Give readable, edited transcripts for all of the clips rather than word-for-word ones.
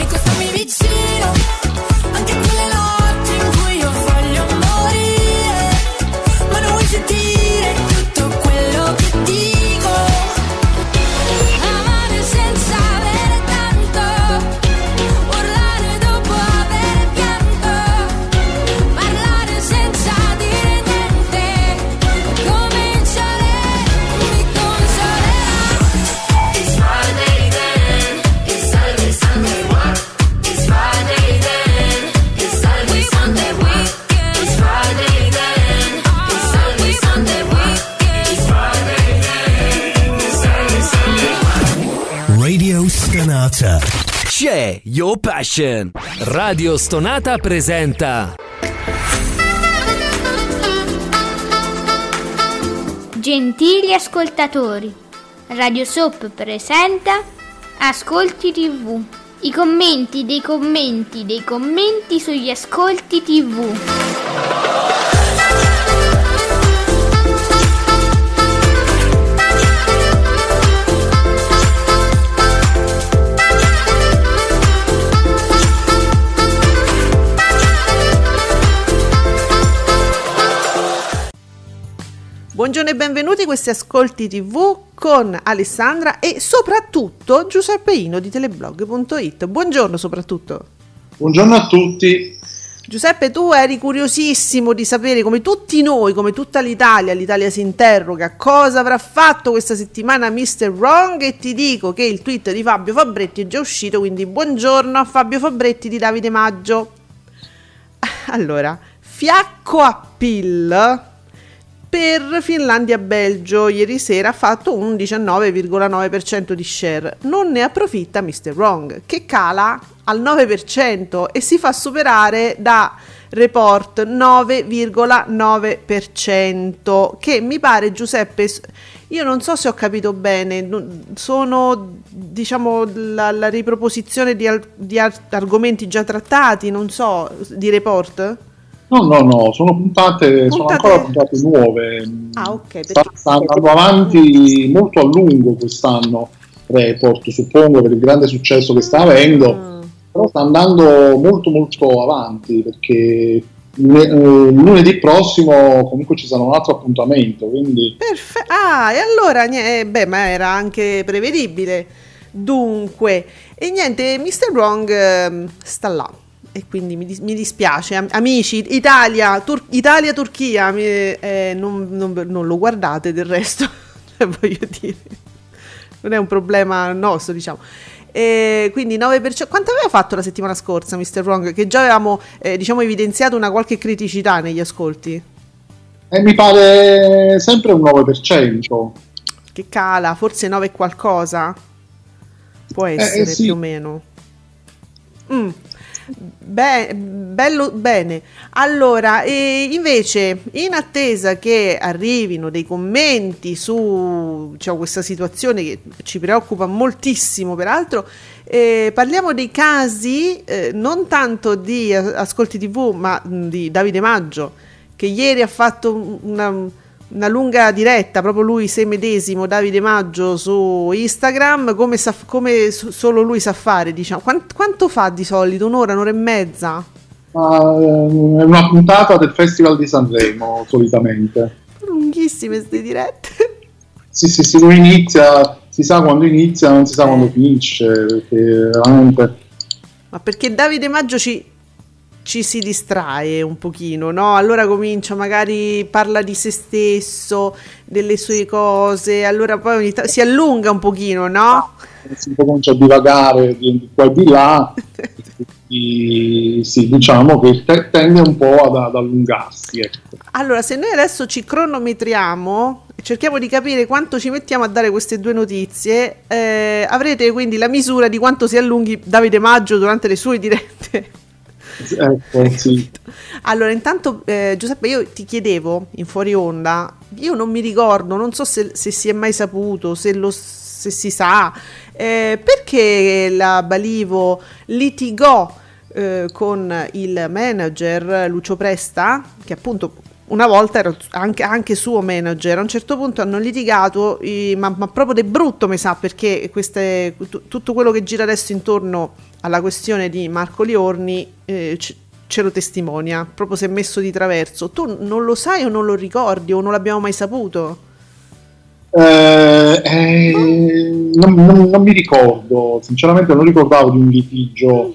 amico stammi vicino, anche quelle notti in cui io voglio morire, ma non vuoi sentire tutto quello che dico. Amare senza avere tanto, urlare dopo avere pianto, parlare senza dire niente, cominciare mi consolerà. It's Friday then, it's Saturday, Sunday, what? It's Friday then, it's Saturday, Sunday, what? It's Friday then, it's Saturday, Sunday, what? It's Friday then, it's Saturday, Sunday, what? Radio Stonata. Share your passion. Radio Stonata presenta Gentili ascoltatori, Radio Soap presenta Ascolti TV. I commenti dei commenti dei commenti sugli ascolti TV. Buongiorno e benvenuti a questi Ascolti TV con Alessandra e soprattutto Giuseppe Ino di teleblog.it. Buongiorno soprattutto. Buongiorno a tutti. Giuseppe, tu eri curiosissimo di sapere, come tutti noi, come tutta l'Italia si interroga cosa avrà fatto questa settimana Mr. Wrong, e ti dico che il tweet di Fabio Fabretti è già uscito, quindi buongiorno a Fabio Fabretti di Davide Maggio. Allora, fiacco a pill per Finlandia-Belgio, ieri sera ha fatto un 19,9% di share. Non ne approfitta Mr. Wrong, che cala al 9% e si fa superare da Report 9,9%, che mi pare, Giuseppe, io non so se ho capito bene, sono diciamo la riproposizione di argomenti già trattati, non so, di Report? No, sono ancora puntate nuove. Ah, ok. Sta andando avanti molto a lungo quest'anno Report, suppongo, per il grande successo che sta avendo, però sta andando molto avanti, perché lunedì prossimo comunque ci sarà un altro appuntamento, quindi... Ah, e allora, ma era anche prevedibile. Dunque, e niente, Mr. Wrong sta là. E quindi mi dispiace, amici, Italia-Turchia, non lo guardate del resto, voglio dire, non è un problema nostro, diciamo. Quindi 9%. Quanto aveva fatto la settimana scorsa Mr. Wrong, che già avevamo evidenziato una qualche criticità negli ascolti? Mi pare sempre un 9%. Che cala, forse 9 e qualcosa? Può essere, sì. Più o meno. Bene. Allora, invece, in attesa che arrivino dei commenti su questa situazione che ci preoccupa moltissimo, peraltro, parliamo dei casi non tanto di Ascolti TV, ma di Davide Maggio, che ieri ha fatto una lunga diretta, proprio lui, sé medesimo, Davide Maggio, su Instagram, come solo lui sa fare, diciamo. Quanto fa di solito? Un'ora e mezza? È una puntata del Festival di Sanremo, solitamente. Lunghissime queste dirette. Sì, lui inizia, si sa quando inizia, non si sa quando finisce, perché veramente... Ma perché Davide Maggio ci si distrae un pochino, no? Allora comincia, magari parla di se stesso, delle sue cose, allora poi si allunga un pochino, no? Si comincia a divagare di qua e di là, sì, diciamo che tende un po' ad allungarsi, ecco. Allora, se noi adesso ci cronometriamo e cerchiamo di capire quanto ci mettiamo a dare queste due notizie, avrete quindi la misura di quanto si allunghi Davide Maggio durante le sue dirette. Ecco, sì. Allora, intanto Giuseppe, io ti chiedevo in fuori onda, io non mi ricordo, non so se si è mai saputo, se si sa, perché la Balivo litigò con il manager Lucio Presta, che appunto una volta era anche suo manager. A un certo punto hanno litigato, ma proprio de brutto, mi sa, perché tutto quello che gira adesso intorno alla questione di Marco Liorni ce lo testimonia, proprio si è messo di traverso. Tu non lo sai o non lo ricordi o non l'abbiamo mai saputo? Non mi ricordo, sinceramente non ricordavo di un litigio.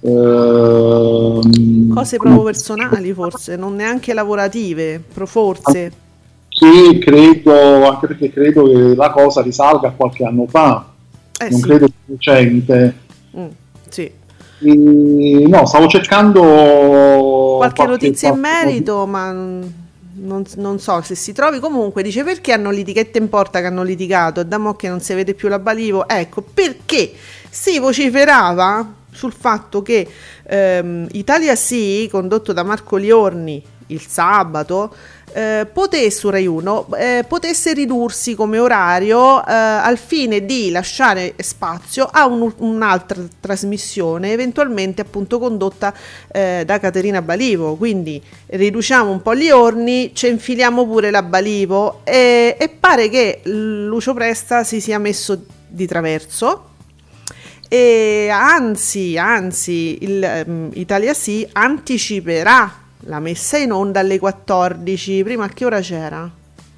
Cose proprio personali, forse, non neanche lavorative, forse. Sì, credo, anche perché credo che la cosa risalga a qualche anno fa, non Sì. credo sia recente. Sì. No, stavo cercando Qualche notizia in fatto- merito, ma non so se si trovi. Comunque dice: perché hanno litigato, che importa che hanno litigato, da mo' che non si vede più la Balivo. Ecco perché si vociferava sul fatto che Italia Sì, condotto da Marco Liorni il sabato, su Rai 1 potesse ridursi come orario al fine di lasciare spazio a un'altra trasmissione, eventualmente appunto condotta da Caterina Balivo. Quindi riduciamo un po' Liorni, ci infiliamo pure la Balivo, e pare che Lucio Presta si sia messo di traverso. E anzi Italia Sì anticiperà la messa in onda alle 14. Prima a che ora c'era?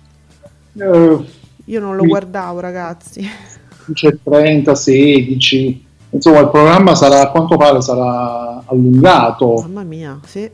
Io non lo guardavo, ragazzi. 30, 16, insomma il programma sarà, a quanto pare sarà allungato, Mamma mia, sì.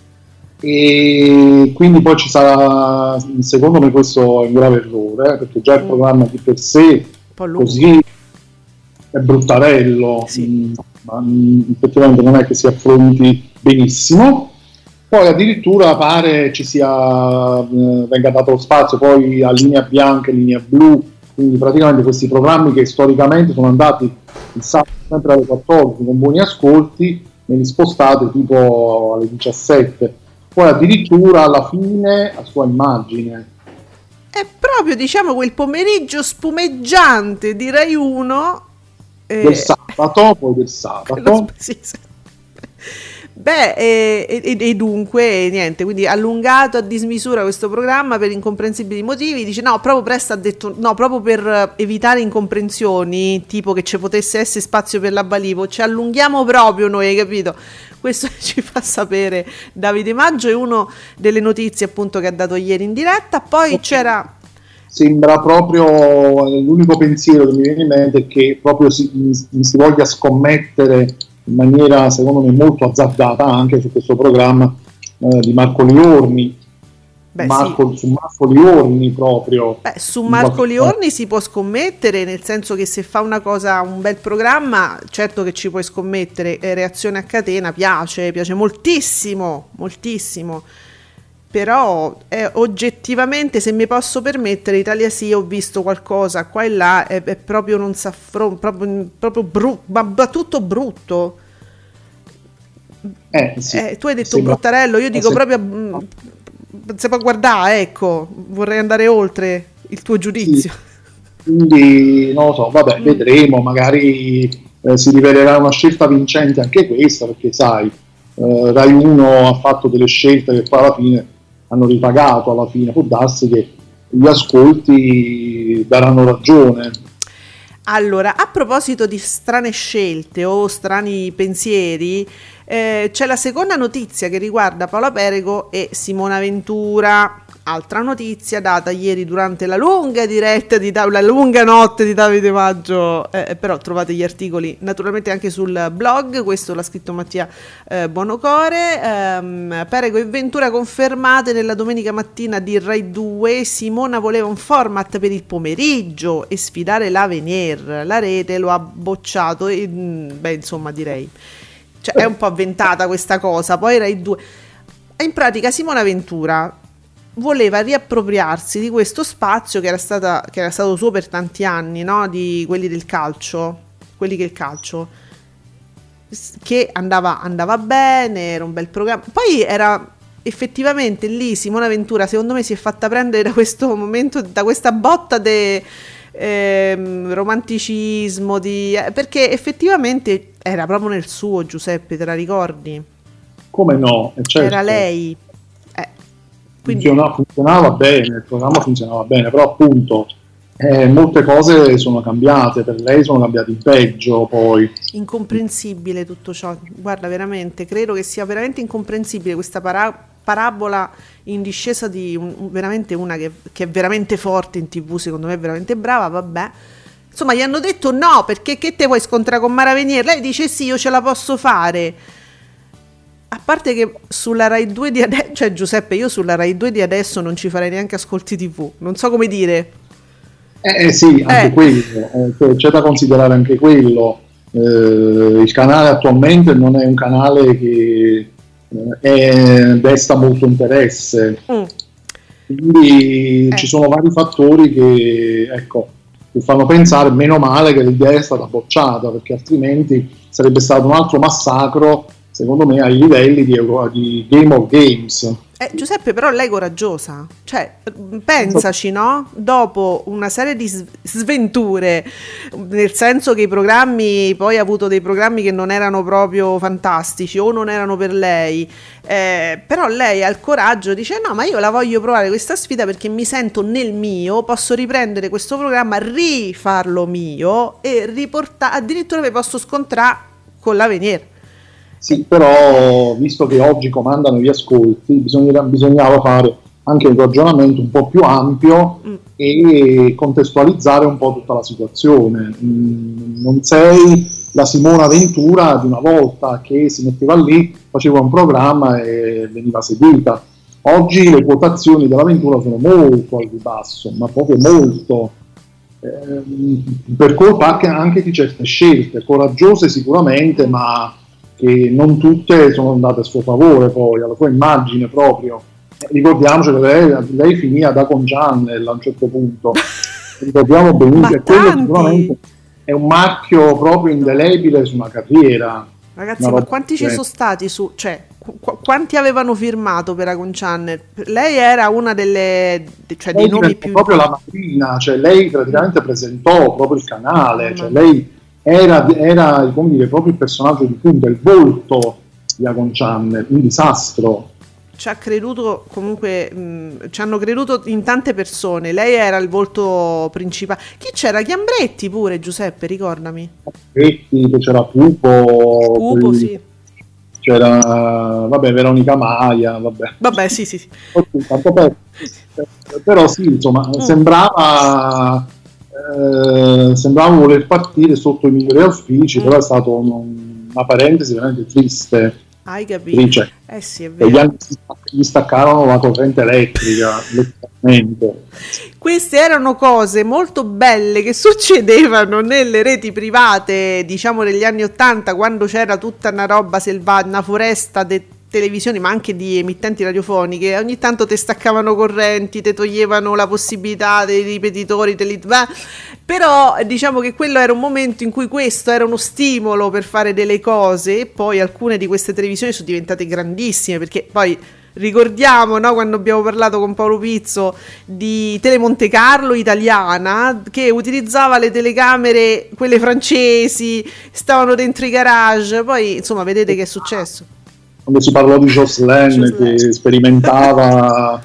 e quindi poi ci sarà, secondo me questo è un grave errore, perché già il programma di per sé Un po' lungo. così è bruttarello, Sì. ma effettivamente non è che si affronti benissimo. Poi addirittura pare ci sia venga dato lo spazio poi a linea bianca e linea blu, quindi praticamente questi programmi che storicamente sono andati il sabato sempre alle 14 con buoni ascolti, me li spostate tipo alle 17, poi addirittura alla fine a sua immagine. È proprio, diciamo, quel pomeriggio spumeggiante di Rai 1 Del sabato, poi del sabato. Sì, sì. Beh, e dunque niente, quindi allungato a dismisura questo programma per incomprensibili motivi. Dice no, proprio Presta ha detto no, proprio per evitare incomprensioni, tipo che ci potesse essere spazio per la Balivo, ci allunghiamo proprio noi, hai capito? Questo ci fa sapere Davide Maggio, è una delle notizie appunto che ha dato ieri in diretta. Poi c'era... Sembra proprio, l'unico pensiero che mi viene in mente è che proprio si voglia scommettere in maniera secondo me molto azzardata anche su questo programma di Marco Liorni. Beh, Su Marco Liorni proprio. Beh, su Marco Liorni si può scommettere, nel senso che se fa una cosa, un bel programma, certo che ci puoi scommettere. Reazione a catena piace moltissimo, moltissimo. Però oggettivamente, se mi posso permettere, Italia Sì, ho visto qualcosa qua e là, è proprio non s'affronta, proprio ma tutto brutto. Sì. Tu hai detto Sembra- bruttarello, io dico proprio se può guardare, ecco, vorrei andare oltre il tuo giudizio. Quindi non lo so, vabbè, vedremo, magari si rivelerà una scelta vincente anche questa, perché sai, Rai 1 ha fatto delle scelte che poi alla fine hanno ripagato, alla fine può darsi che gli ascolti daranno ragione. Allora, a proposito di strane scelte o strani pensieri, c'è la seconda notizia che riguarda Paola Perego e Simona Ventura. Altra notizia data ieri durante la lunga diretta la lunga notte di Davide Maggio, però trovate gli articoli naturalmente anche sul blog, questo l'ha scritto Mattia Buonocore. Perego e Ventura confermate nella domenica mattina di Rai 2. Simona voleva un format per il pomeriggio e sfidare la Venier, la rete lo ha bocciato e, insomma direi, cioè, è un po' avventata questa cosa. Poi Rai 2, in pratica Simona Ventura voleva riappropriarsi di questo spazio che era stato suo per tanti anni, no? Di quelli del calcio, quelli che il calcio che andava bene, era un bel programma. Poi era effettivamente lì Simona Ventura, secondo me, si è fatta prendere da questo momento, da questa botta di romanticismo, perché effettivamente era proprio nel suo, Giuseppe, te la ricordi? Come no? Certo. Era lei. Quindi funzionava bene, il programma funzionava bene, però appunto molte cose sono cambiate, per lei sono cambiate in peggio poi. incomprensibile tutto ciò, guarda, veramente, credo che sia veramente incomprensibile questa parabola in discesa di veramente una che è veramente forte in TV, secondo me è veramente brava, vabbè. Insomma, gli hanno detto no, perché che te vuoi scontrare con Mara Venier? Lei dice sì, io ce la posso fare. A parte che sulla Rai 2 di adesso, cioè Giuseppe, io sulla Rai 2 di adesso non ci farei neanche ascolti TV, non so come dire. Sì, anche quello, c'è da considerare anche quello. Il canale attualmente non è un canale che desta molto interesse, quindi ci sono vari fattori che, ecco, che fanno pensare meno male che l'idea è stata bocciata, perché altrimenti sarebbe stato un altro massacro, secondo me, ai livelli di Game of Games. Giuseppe, però lei è coraggiosa, cioè pensaci, no? Dopo una serie di sventure, nel senso che i programmi, poi ha avuto dei programmi che non erano proprio fantastici o non erano per lei, però lei ha il coraggio, dice no, ma io la voglio provare questa sfida perché mi sento nel mio, posso riprendere questo programma, rifarlo mio e riportare, addirittura mi posso scontrare con la Venier. Sì, però visto che oggi comandano gli ascolti, bisognava fare anche un ragionamento un po' più ampio e contestualizzare un po' tutta la situazione. Non sei la Simona Ventura di una volta che si metteva lì, faceva un programma e veniva seguita. Oggi le quotazioni della Ventura sono molto al ribasso, ma proprio molto, per colpa anche di certe scelte, coraggiose sicuramente, ma che non tutte sono andate a suo favore, poi alla sua immagine proprio. Ricordiamoci che lei finì ad Acon Channel a un certo punto, ricordiamo benissimo, e quello sicuramente è un marchio proprio indelebile su una carriera. Ragazzi, ma quanti ci sono stati su, cioè quanti avevano firmato per Acon Channel? Lei era una dei nomi più, proprio la madrina, cioè lei praticamente presentò proprio il canale, cioè lei era come dire, proprio il personaggio di punta, il volto di Acon Channel, un disastro. Ci ha creduto comunque, ci hanno creduto in tante persone, lei era il volto principale. Chi c'era? Chiambretti pure, Giuseppe, ricordami. Chiambretti, c'era Pupo, sì. C'era, Veronica Maia, Vabbè, sì. Però sì, insomma, sembrava voler partire sotto i migliori auspici, però è stato una parentesi veramente triste. Hai capito? Sì, è vero. Gli staccarono la corrente elettrica, letteralmente. Queste erano cose molto belle che succedevano nelle reti private, diciamo negli anni '80, quando c'era tutta una roba selvaggia, una foresta di televisioni, ma anche di emittenti radiofoniche. Ogni tanto te staccavano correnti, te toglievano la possibilità dei ripetitori, però diciamo che quello era un momento in cui questo era uno stimolo per fare delle cose, e poi alcune di queste televisioni sono diventate grandissime, perché poi ricordiamo, no, quando abbiamo parlato con Paolo Pizzo di Tele Monte Carlo italiana, che utilizzava le telecamere, quelle francesi, stavano dentro i garage, poi insomma vedete che è successo. Quando si parlò di Jocelyn che sperimentava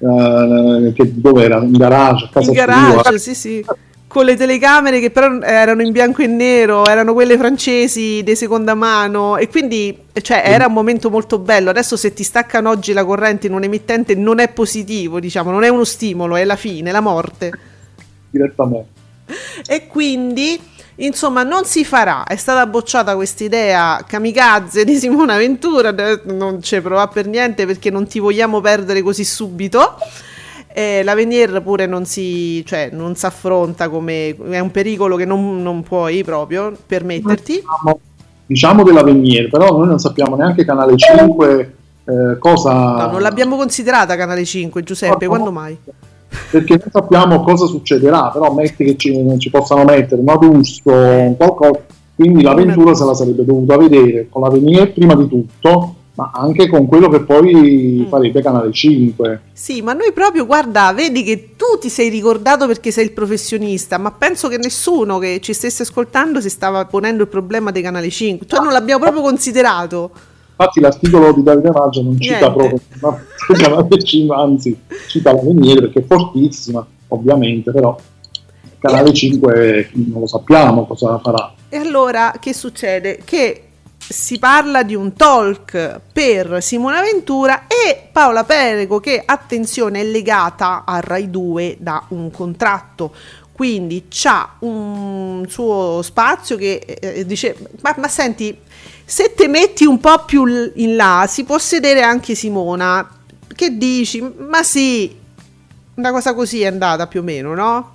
dove era? In garage, a casa in garage, sì, con le telecamere che però erano in bianco e nero, erano quelle francesi di seconda mano, e quindi cioè era un momento molto bello. Adesso se ti staccano oggi la corrente in un emittente non è positivo, diciamo, non è uno stimolo, è la fine, la morte direttamente. E quindi insomma non si farà, è stata bocciata questa idea kamikaze di Simona Ventura, non ci provà per niente perché non ti vogliamo perdere così subito. La Venier pure non si affronta, come è un pericolo che non puoi proprio permetterti. Diciamo della Venier, però noi non sappiamo neanche Canale 5 cosa... No, non l'abbiamo considerata Canale 5, Giuseppe, quando mai? Perché non sappiamo cosa succederà, però metti che ci possano mettere un abuso, qualcosa, quindi l'avventura se la sarebbe dovuta vedere con la Venier prima di tutto, ma anche con quello che poi farebbe Canale 5. Sì, ma noi proprio, guarda, vedi che tu ti sei ricordato perché sei il professionista, ma penso che nessuno che ci stesse ascoltando si stava ponendo il problema dei Canale 5, cioè non l'abbiamo proprio considerato. Infatti l'articolo di Davide Maggio non cita Niente. proprio il canale 5, anzi cita la Veniere perché è fortissima, ovviamente, però il canale 5 non lo sappiamo cosa farà. E allora che succede? Che si parla di un talk per Simona Ventura e Paola Perego, che attenzione è legata a Rai 2 da un contratto, quindi c'ha un suo spazio che dice ma senti, se te metti un po' più in là si può sedere anche Simona, che dici? Ma sì, una cosa così è andata più o meno, no?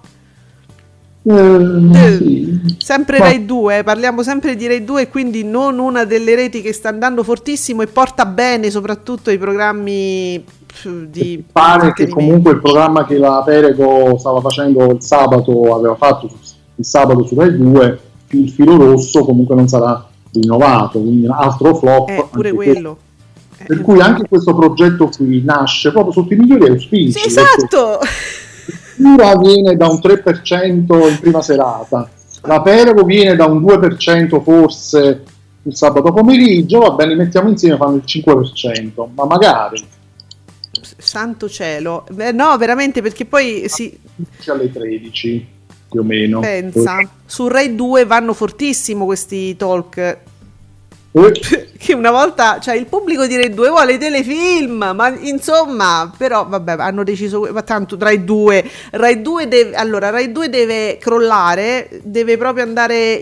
Sì. Sempre Ma- Rai 2, parliamo sempre di Rai 2, quindi non una delle reti che sta andando fortissimo e porta bene soprattutto i programmi di Pare che intrattenimento. comunque il programma che la Perego stava facendo il sabato, aveva fatto il sabato su Rai 2, il filo rosso comunque non sarà rinnovato, quindi un altro flop. Pure anche quello. Per cui anche questo progetto qui nasce proprio sotto i migliori auspici. Sì, esatto. Pura viene da un 3% in prima serata, la Perego viene da un 2% forse il sabato pomeriggio, va bene, li mettiamo insieme, fanno il 5%, ma magari Santo cielo. No, veramente, perché poi si alle 13 più o meno. pensa, su Rai 2 vanno fortissimo questi talk. Che una volta, cioè il pubblico di Rai 2 vuole i telefilm, ma insomma, però vabbè, hanno deciso, ma tanto Rai 2 deve crollare, deve proprio andare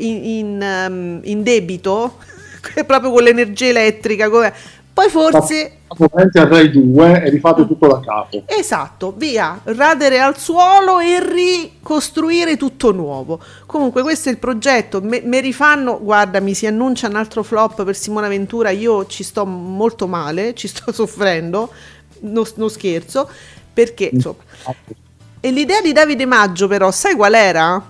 in debito, proprio con l'energia elettrica, poi forse a Rai 2 e rifate tutto da capo. esatto, via, radere al suolo e ricostruire tutto nuovo. Comunque questo è il progetto, me rifanno, guarda, mi si annuncia un altro flop per Simona Ventura, io ci sto molto male, ci sto soffrendo, non scherzo, perché insomma. E l'idea di Davide Maggio però, sai qual era?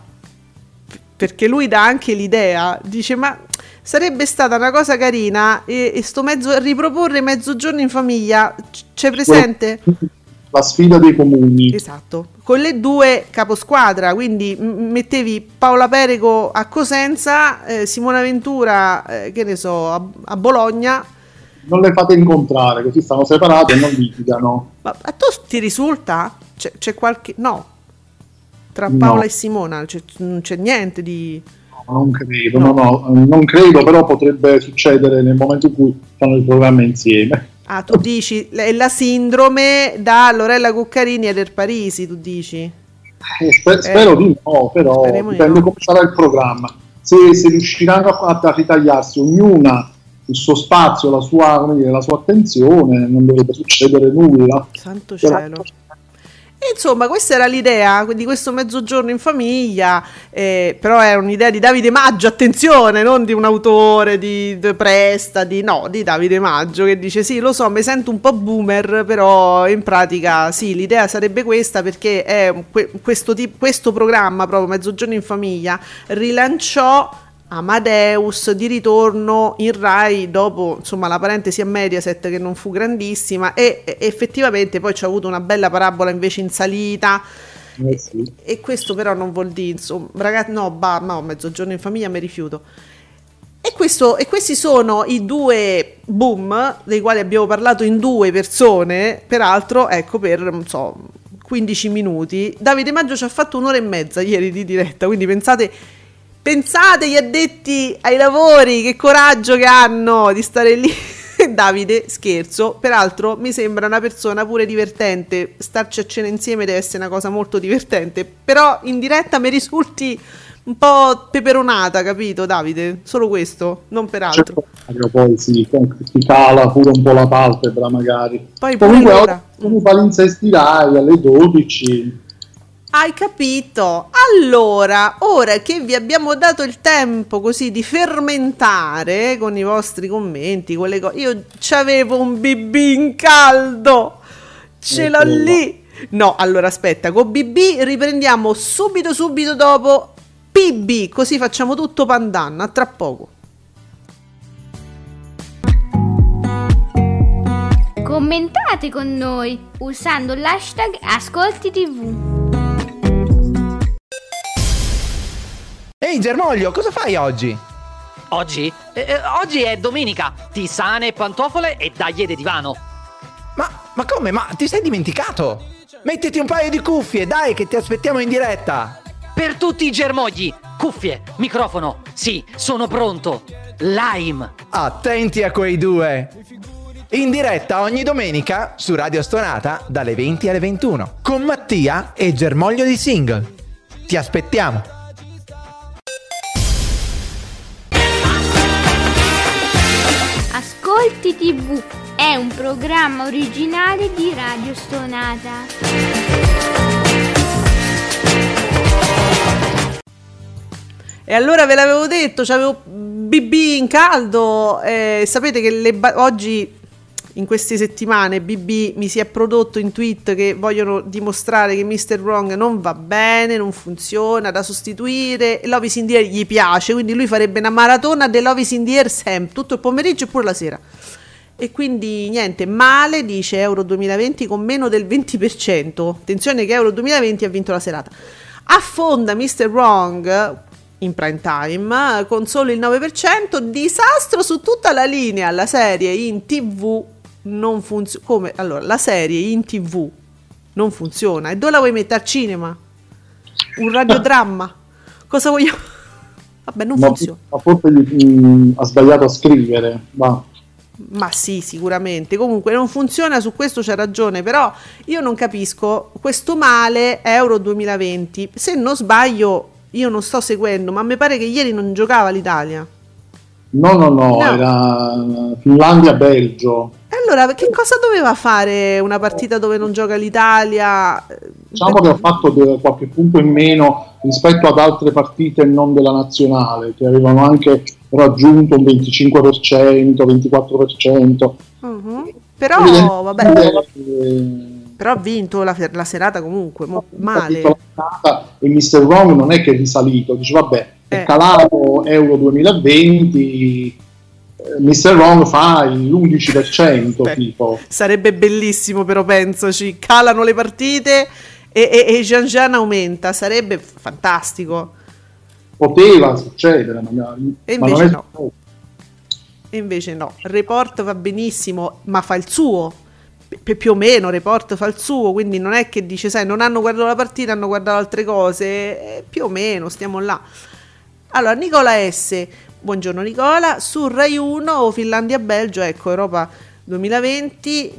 Perché lui dà anche l'idea, dice ma sarebbe stata una cosa carina e sto riproporre Mezzogiorno in famiglia, c'è presente? La sfida dei comuni. Esatto, con le due caposquadra, quindi mettevi Paola Perego a Cosenza, Simona Ventura, che ne so, a Bologna. Non le fate incontrare, così stanno separate e non litigano. Ma a tu ti risulta? C'è qualche... No, tra No. Paola e Simona non c'è niente di... Non credo, non credo, però potrebbe succedere nel momento in cui fanno il programma insieme. Ah, tu dici, è la sindrome da Lorella Cuccarini ed El Parisi, tu dici? Spero di no, però Speriamo di dipende no. come sarà il programma. Se riusciranno a ritagliarsi ognuna il suo spazio, la sua, come dire, la sua attenzione, non dovrebbe succedere nulla. Santo Però- cielo. E insomma, questa era l'idea di questo Mezzogiorno in famiglia, però è un'idea di Davide Maggio, attenzione, non di un autore di Presta, di Davide Maggio, che dice sì, lo so, mi sento un po' boomer, però in pratica sì, l'idea sarebbe questa, perché è questo programma, proprio Mezzogiorno in famiglia, rilanciò Amadeus di ritorno in Rai dopo insomma la parentesi a Mediaset che non fu grandissima e effettivamente poi c'è avuto una bella parabola invece in salita Sì. e questo però non vuol dire insomma ragazzi no Mezzogiorno in famiglia mi rifiuto e questi sono i due boom dei quali abbiamo parlato in due persone, peraltro ecco per non so 15 minuti. Davide Maggio ci ha fatto un'ora e mezza ieri di diretta, quindi pensate gli addetti ai lavori, che coraggio che hanno di stare lì. Davide, scherzo, peraltro mi sembra una persona pure divertente, starci a cena insieme deve essere una cosa molto divertente, però in diretta mi risulti un po' peperonata, capito Davide? Solo questo, non per altro. Poi sì, ti cala pure un po' la palpebra magari. Poi pure Comunque l'ora. oggi palinsesti Rai alle 12. Hai capito? Allora, ora che vi abbiamo dato il tempo così di fermentare con i vostri commenti, con le cose, io c'avevo un BB in caldo, ce l'ho lì. No, allora aspetta, con BB riprendiamo subito dopo PB, così facciamo tutto pandan, a tra poco. Commentate con noi usando l'hashtag Ascolti TV. Ehi Germoglio, cosa fai oggi? Oggi? Oggi è domenica. Tisane, pantofole e daglie divano. Ma come? Ma ti sei dimenticato? Mettiti un paio di cuffie, dai, che ti aspettiamo in diretta. Per tutti i germogli, cuffie, microfono. Sì, sono pronto. Lime. Attenti a quei due. In diretta ogni domenica su Radio Stonata dalle 20 alle 21 con Mattia e Germoglio di Single. Ti aspettiamo. Ascolti TV è un programma originale di Radio Stonata. E allora ve l'avevo detto, c'avevo BB in caldo, sapete che oggi, in queste settimane, BB mi si è prodotto in tweet che vogliono dimostrare che Mr. Wrong non va bene, non funziona, da sostituire, Love is in the Air gli piace, quindi lui farebbe una maratona di Love is in the Air sempre, tutto il pomeriggio e pure la sera. E quindi niente, male, dice Euro 2020 con meno del 20%, attenzione che Euro 2020 ha vinto la serata. Affonda Mr. Wrong in prime time con solo il 9%, disastro su tutta la linea, la serie in TV non funziona. Come? Allora, la serie in TV non funziona, e dove la vuoi mettere? Al cinema? Un radiodramma? Cosa vogliamo? Vabbè, non funziona. Ma forse ha sbagliato a scrivere, va. Ma sì, sicuramente. Comunque non funziona, su questo c'è ragione, però io non capisco questo male Euro 2020. Se non sbaglio, io non sto seguendo, ma mi pare che ieri non giocava l'Italia. No, era Finlandia-Belgio. E allora, che cosa doveva fare una partita dove non gioca l'Italia? Diciamo che ha fatto qualche punto in meno rispetto ad altre partite non della nazionale, che avevano anche raggiunto un 25%, 24%. Però, vabbè. Però ha vinto la serata comunque, male. E Mr. Wrong non è che è risalito, dice vabbè, è calato Euro 2020, Mr. Wrong fa l'11%. Tipo. Sarebbe bellissimo, però pensaci, calano le partite e Jean Jean aumenta, sarebbe fantastico. Poteva succedere, e invece no. E invece no, Report va benissimo, ma fa il suo. Più o meno Report fa il suo, quindi non è che dice sai non hanno guardato la partita, hanno guardato altre cose, più o meno stiamo là. Allora Nicola S, buongiorno Nicola, su Rai 1 Finlandia-Belgio, ecco Europa 2020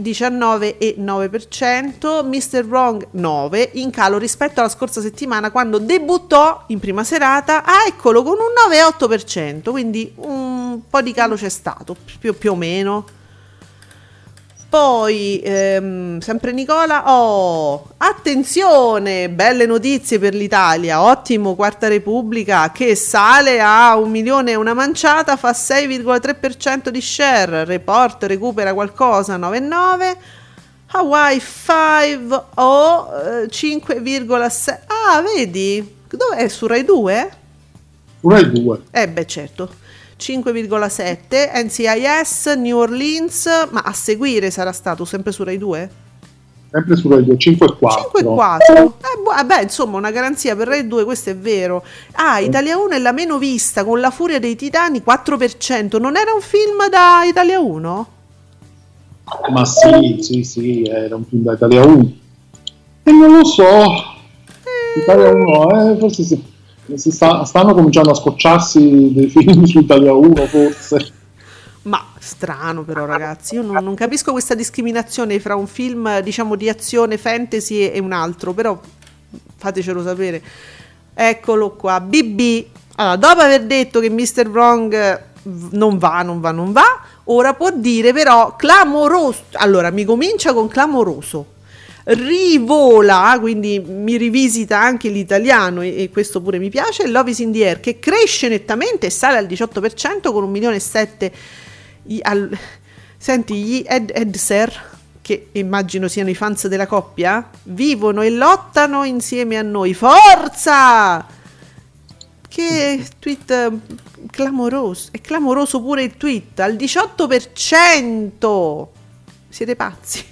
19,9%, Mr. Wrong 9, in calo rispetto alla scorsa settimana quando debuttò in prima serata, eccolo con un 9,8%, quindi un po' di calo c'è stato, più o meno. Poi, sempre Nicola, attenzione, belle notizie per l'Italia, ottimo, Quarta Repubblica che sale a 1 milione e una manciata, fa 6,3% di share, Report recupera qualcosa, 9,9%, Hawaii 5 5,6%, vedi, dov'è? Su Rai 2? Su Rai 2. Beh certo. 5,7, NCIS, New Orleans, ma a seguire sarà stato sempre su Rai 2? Sempre su Rai 2, 5,4. 5,4. Beh, insomma, una garanzia per Rai 2, questo è vero. Italia 1 è la meno vista, con La Furia dei Titani, 4%. Non era un film da Italia 1? Ma sì, era un film da Italia 1. E non lo so. Italia 1, forse sì. Stanno cominciando a scocciarsi dei film su Italia 1 forse. Ma strano però ragazzi, io non capisco questa discriminazione fra un film diciamo di azione fantasy e un altro, però fatecelo sapere. Eccolo qua, BB. Allora, dopo aver detto che Mr. Wrong non va, ora può dire però clamoroso. Allora mi comincia con clamoroso, rivola, quindi mi rivisita anche l'italiano e questo pure mi piace. Love is in the Air che cresce nettamente e sale al 18% con 1,7 milioni. Senti, gli Edser, che immagino siano i fans della coppia, vivono e lottano insieme a noi, forza! Che tweet clamoroso, è clamoroso pure il tweet, al 18%, siete pazzi.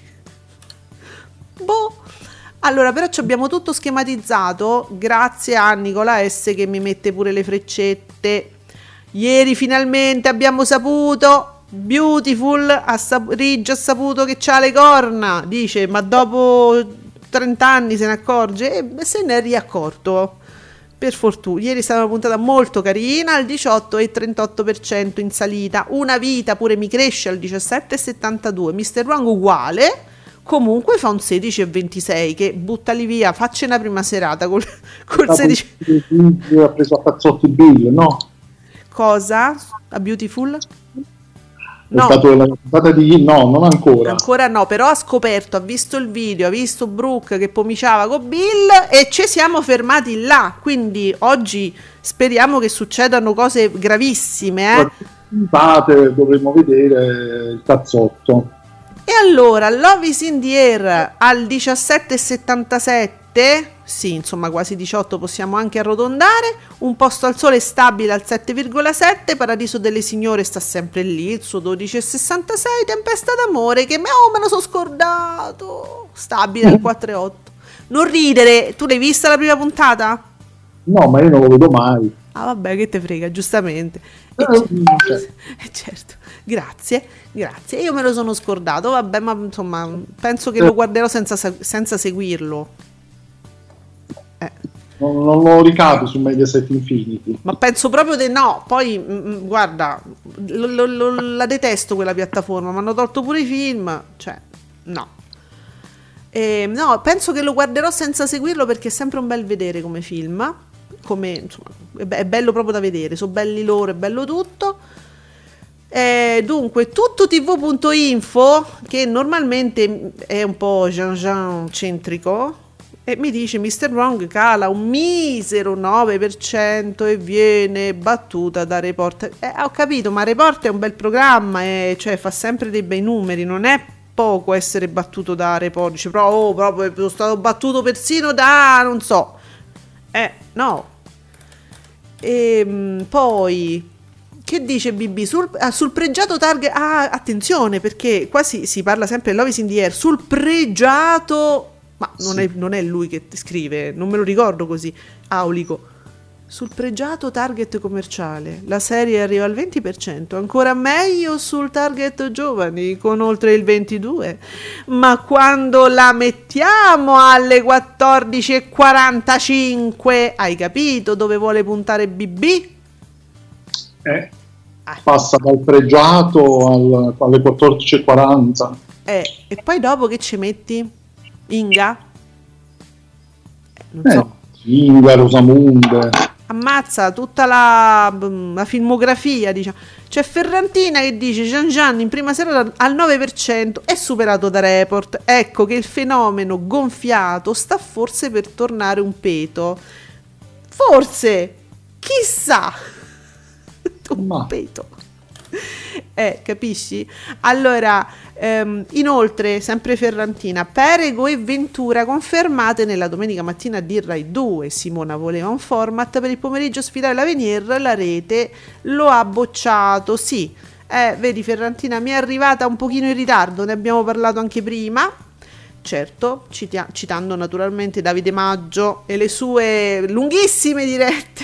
Allora, però ci abbiamo tutto schematizzato grazie a Nicola S che mi mette pure le freccette. Ieri finalmente abbiamo saputo, Beautiful Ridge ha saputo che c'ha le corna, dice, ma dopo 30 anni se ne accorge e se ne è riaccorto. Per fortuna, ieri è stata una puntata molto carina, al 18,38% in salita, Una vita pure mi cresce al 17,72%, Mr. Wrong uguale, comunque fa un 16,26 che buttali via, faccia una prima serata col 16. Ha preso a cazzotti Bill, no? Cosa? A Beautiful? È stato la puntata di... No, non ancora. Ancora no, però ha scoperto, ha visto il video, ha visto Brooke che pomiciava con Bill e ci siamo fermati là. Quindi oggi speriamo che succedano cose gravissime. Dovremmo vedere il cazzotto. E allora, Love is in the Air al 17,77, sì, insomma quasi 18, possiamo anche arrotondare. Un posto al sole stabile al 7,7, Paradiso delle Signore sta sempre lì, il suo 12,66, Tempesta d'amore che me lo so scordato, stabile al 4,8. Non ridere, tu l'hai vista la prima puntata? No, ma io non lo vedo mai. Ah vabbè, che te frega, giustamente. Certo, grazie. Io me lo sono scordato, vabbè, ma insomma, penso che lo guarderò senza seguirlo. Non lo ricapi su Mediaset Infinity. Ma penso proprio di no. Poi, guarda, la detesto quella piattaforma, mi hanno tolto pure i film, cioè, no. No, penso che lo guarderò senza seguirlo perché è sempre un bel vedere come film. Insomma, è bello proprio da vedere, sono belli loro, è bello tutto. Dunque, tuttotv.info, che normalmente è un po' Jean centrico, e mi dice Mr. Wrong cala un misero 9% e viene battuta da Report. Ho capito, ma Report è un bel programma, cioè fa sempre dei bei numeri, non è poco essere battuto da Report. Dice, proprio sono stato battuto persino da non so. No. Poi che dice BB sul pregiato target? Attenzione, perché qua si parla sempre Love is in the Air sul pregiato, ma non è lui che scrive, non me lo ricordo così, Aulico. Sul pregiato target commerciale la serie arriva al 20%, ancora meglio sul target giovani con oltre il 22%, ma quando la mettiamo alle 14:45, hai capito dove vuole puntare BB? Passa dal pregiato alle 14:40. E poi dopo che ci metti? Inga? Non so. Inga, Rosamunde. Ammazza tutta la filmografia, diciamo. C'è Ferrantina che dice Jean in prima serata al 9% è superato da Report. Ecco che il fenomeno gonfiato sta forse per tornare un peto. Forse, chissà. Un peto. Capisci? Allora, inoltre, sempre Ferrantina, Perego e Ventura confermate nella domenica mattina di Rai 2. Simona voleva un format per il pomeriggio sfidare l'Avenir, la rete lo ha bocciato. Sì, vedi Ferrantina, mi è arrivata un pochino in ritardo, ne abbiamo parlato anche prima. Certo, citando naturalmente Davide Maggio e le sue lunghissime dirette.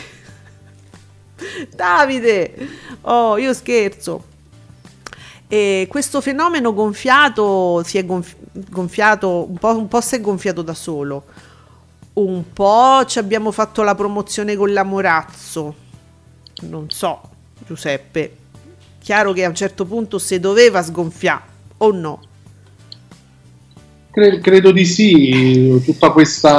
Davide, io scherzo. E questo fenomeno gonfiato si è gonfiato un po' si è gonfiato da solo, un po' ci abbiamo fatto la promozione con la Morazzo, non so Giuseppe, chiaro che a un certo punto si doveva sgonfiare o no? Credo di sì, tutto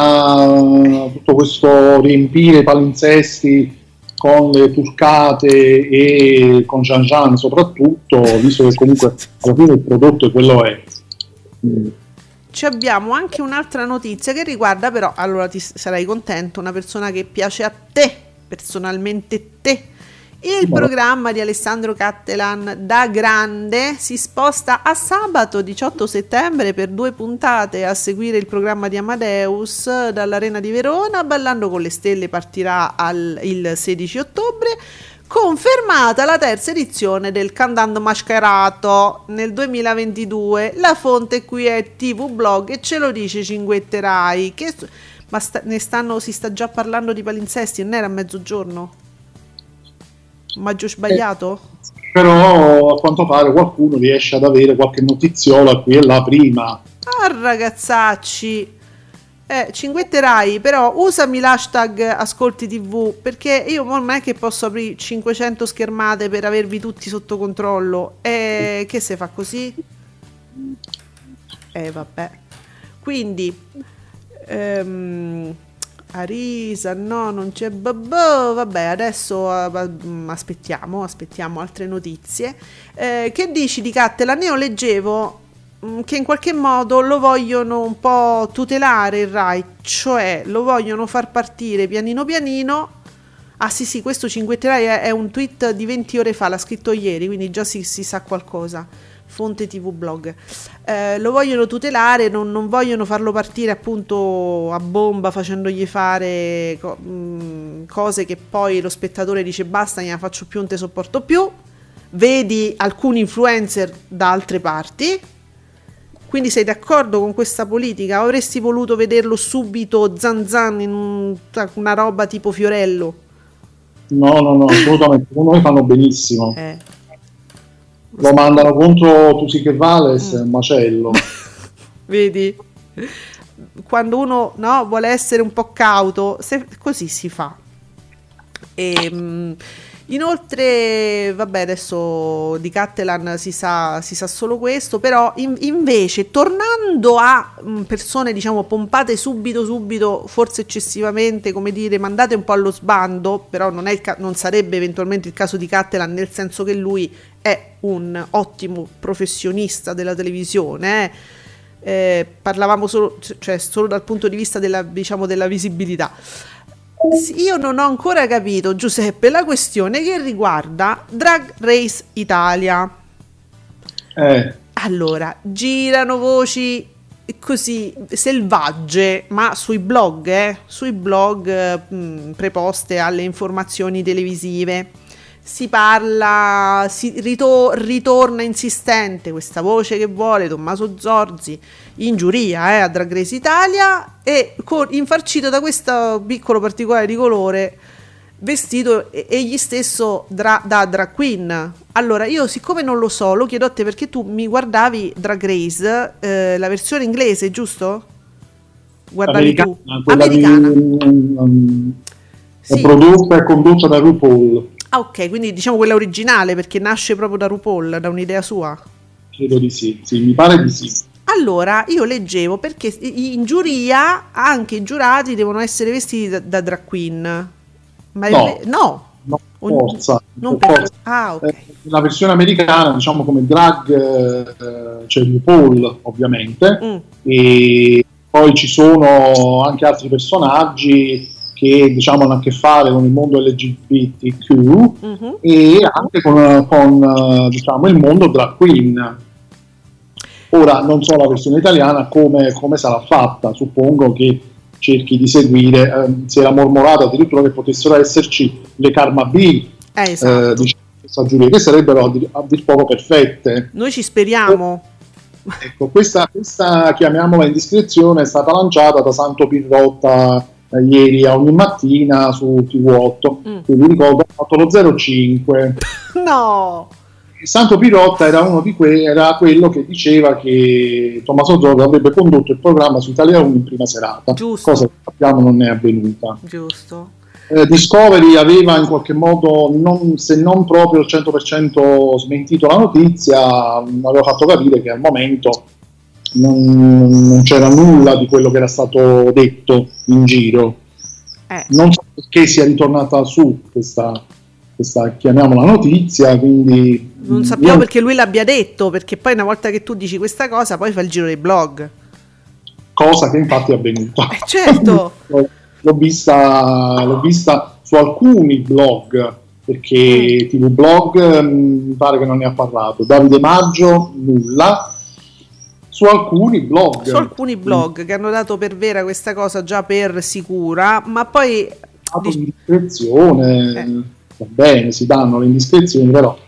questo riempire palinsesti con le turcate e con Jean soprattutto, visto che comunque alla fine il prodotto è quello è. Ci abbiamo anche un'altra notizia che riguarda però, allora ti sarai contento, una persona che piace a te, personalmente te. Il programma di Alessandro Cattelan da grande si sposta a sabato 18 settembre per 2 puntate a seguire il programma di Amadeus dall'Arena di Verona. Ballando con le stelle partirà il 16 ottobre. Confermata la terza edizione del Cantando Mascherato nel 2022. La fonte qui è TV Blog e ce lo dice Cinguette Rai. Si sta già parlando di palinsesti, non era a mezzogiorno? Maggio sbagliato? Però a quanto pare qualcuno riesce ad avere qualche notiziola qui e là prima. Ah, ragazzacci, cinguetterai, però usami l'hashtag Ascolti TV, perché io non è che posso aprire 500 schermate per avervi tutti sotto controllo. Che se fa così? Vabbè. Quindi, Arisa, no, non c'è babbo. Vabbè, adesso aspettiamo altre notizie. Che dici di Cattelan? Io leggevo che in qualche modo lo vogliono un po' tutelare il Rai, cioè lo vogliono far partire pianino pianino. Ah sì, questo cinguetterai è un tweet di 20 ore fa, l'ha scritto ieri, quindi già si sa qualcosa. Fonte TV Blog. Lo vogliono tutelare, non vogliono farlo partire appunto a bomba facendogli fare cose che poi lo spettatore dice basta, non la faccio più, non te sopporto più. Vedi alcuni influencer da altre parti. Quindi sei d'accordo con questa politica? O avresti voluto vederlo subito zan in una roba tipo Fiorello? No, assolutamente. Secondo me fanno benissimo. Lo mandano contro Tusi che Vales, è un macello. Vedi? Quando uno vuole essere un po' cauto, così si fa. Inoltre, vabbè, adesso di Cattelan si sa solo questo, però invece tornando a persone diciamo pompate subito, forse eccessivamente, come dire, mandate un po' allo sbando, però non sarebbe eventualmente il caso di Cattelan, nel senso che lui è un ottimo professionista della televisione, parlavamo solo dal punto di vista della visibilità. Io non ho ancora capito, Giuseppe, la questione che riguarda Drag Race Italia. Allora, girano voci così selvagge, ma sui blog preposte alle informazioni televisive. Si parla, ritorna insistente questa voce che vuole Tommaso Zorzi in giuria a Drag Race Italia, e infarcito da questo piccolo particolare di colore, vestito egli stesso da drag queen. Allora, io siccome non lo so, lo chiedo a te perché tu mi guardavi Drag Race, la versione inglese, giusto? Guardavi tu? Americana. È prodotta e condotta da RuPaul. Ah, ok, quindi diciamo quella originale, perché nasce proprio da RuPaul, da un'idea sua? Credo di sì, mi pare di sì. Allora, io leggevo perché in giuria anche i giurati devono essere vestiti da drag queen. Ma no, forza. Ah, ok. La versione americana, diciamo come drag, c'è RuPaul ovviamente, e poi ci sono anche altri personaggi che diciamo hanno a che fare con il mondo LGBTQ e anche con diciamo il mondo drag queen. Ora non so la versione italiana come sarà fatta, suppongo che cerchi di seguire, si era mormorato addirittura che potessero esserci le Karma B, esatto. Diciamo, questa giuria, che sarebbero a dir poco perfette. Noi ci speriamo. Ecco, questa chiamiamola indiscrezione è stata lanciata da Santo Pirrotta ieri a Ogni Mattina su TV8, che vi ricordo ha fatto lo 05. No! Santo Pirrotta era quello che diceva che Tommaso Zorzi avrebbe condotto il programma su Italia 1 in prima serata. Giusto. Cosa che sappiamo non è avvenuta. Giusto. Discovery aveva in qualche modo, se non proprio al 100% smentito la notizia, aveva fatto capire che al momento non c'era nulla di quello che era stato detto in giro. Non so perché sia ritornata su questa chiamiamola notizia, quindi non sappiamo perché lui l'abbia detto, perché poi una volta che tu dici questa cosa poi fa il giro dei blog, cosa che infatti è avvenuta. Certo. l'ho vista su alcuni blog, perché TV Blog mi pare che non ne ha parlato, Davide Maggio nulla, su alcuni blog che hanno dato per vera questa cosa, già per sicura, ma poi indiscrezione, va bene, si danno le indiscrezioni, però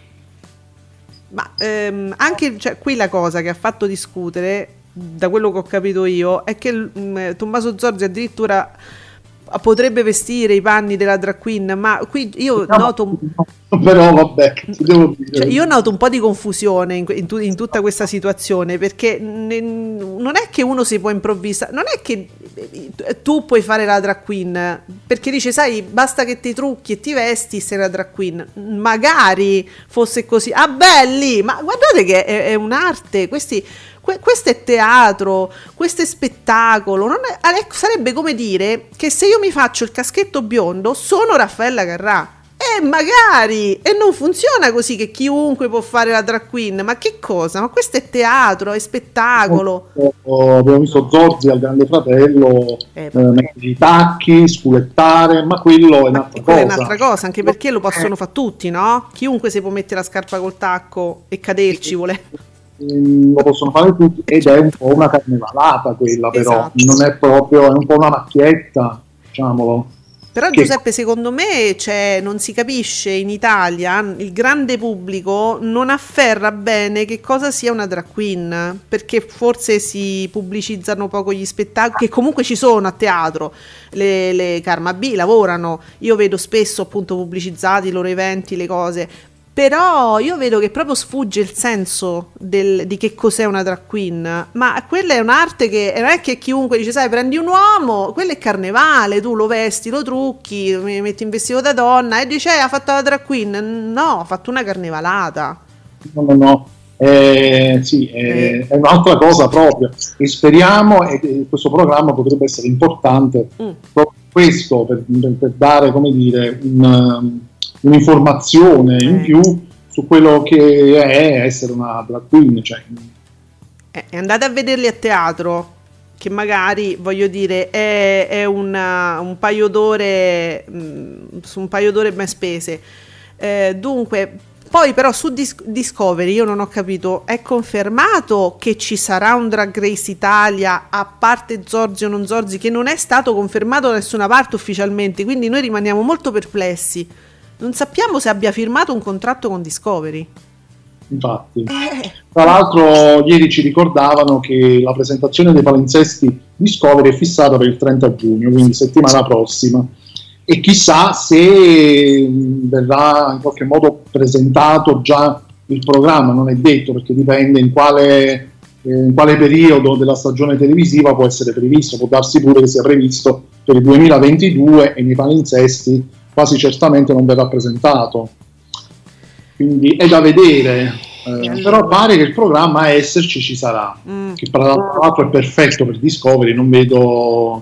ma anche qui la cosa che ha fatto discutere, da quello che ho capito io, è che Tommaso Zorzi addirittura potrebbe vestire i panni della drag queen, ma qui io noto però vabbè, ti devo dire. cioè, io noto un po' di confusione in tutta questa situazione, perché non è che uno si può improvvisare, non è che tu puoi fare la drag queen, perché dice, sai, basta che ti trucchi e ti vesti, sei la drag queen. Magari fosse così, ah belli, ma guardate che è un'arte, questo è teatro, questo è spettacolo, sarebbe come dire che se io mi faccio il caschetto biondo sono Raffaella Carrà. Magari, e non funziona così, che chiunque può fare la drag queen, ma che cosa? Ma questo è teatro, è spettacolo. Abbiamo visto Zorzi al Grande Fratello mettere i tacchi, sculettare, ma quello è un'altra Quella cosa. è un'altra cosa, anche perché lo possono fare tutti, no? Chiunque si può mettere la scarpa col tacco e caderci, volendo. Lo possono fare tutti ed è un po' una carnevalata quella, però Esatto. non è proprio, è un po' una macchietta, diciamolo. Però Che- Giuseppe, secondo me non si capisce in Italia, il grande pubblico non afferra bene che cosa sia una drag queen, perché forse si pubblicizzano poco gli spettacoli, che comunque ci sono a teatro, le Karma B lavorano, io vedo spesso appunto pubblicizzati i loro eventi, le cose, però io vedo che proprio sfugge il senso di che cos'è una drag queen, ma quella è un'arte che non è che chiunque dice, sai, prendi un uomo, quello è carnevale, tu lo vesti, lo trucchi, mi metti in vestito da donna e dici, ha fatto la drag queen. No, ha fatto una carnevalata. No. Sì, è un'altra cosa proprio, e speriamo che questo programma potrebbe essere importante proprio questo per dare, come dire, un'informazione in più su quello che è essere una drag queen, cioè. Andate a vederli a teatro, che magari, voglio dire, è un paio d'ore su un paio d'ore ben spese. Dunque, poi però su Discovery io non ho capito, è confermato che ci sarà un Drag Race Italia, a parte Zorzi o non Zorzi, che non è stato confermato da nessuna parte ufficialmente, quindi noi rimaniamo molto perplessi. Non sappiamo se abbia firmato un contratto con Discovery. Infatti, tra l'altro ieri ci ricordavano che la presentazione dei palinsesti Discovery è fissata per il 30 giugno, quindi settimana prossima, e chissà se verrà in qualche modo presentato già il programma, non è detto, perché dipende in quale periodo della stagione televisiva può essere previsto, può darsi pure che sia previsto per il 2022 e nei palinsesti quasi certamente non verrà presentato, quindi è da vedere, però pare che il programma a esserci ci sarà, che tra l'altro è perfetto per Discovery, non vedo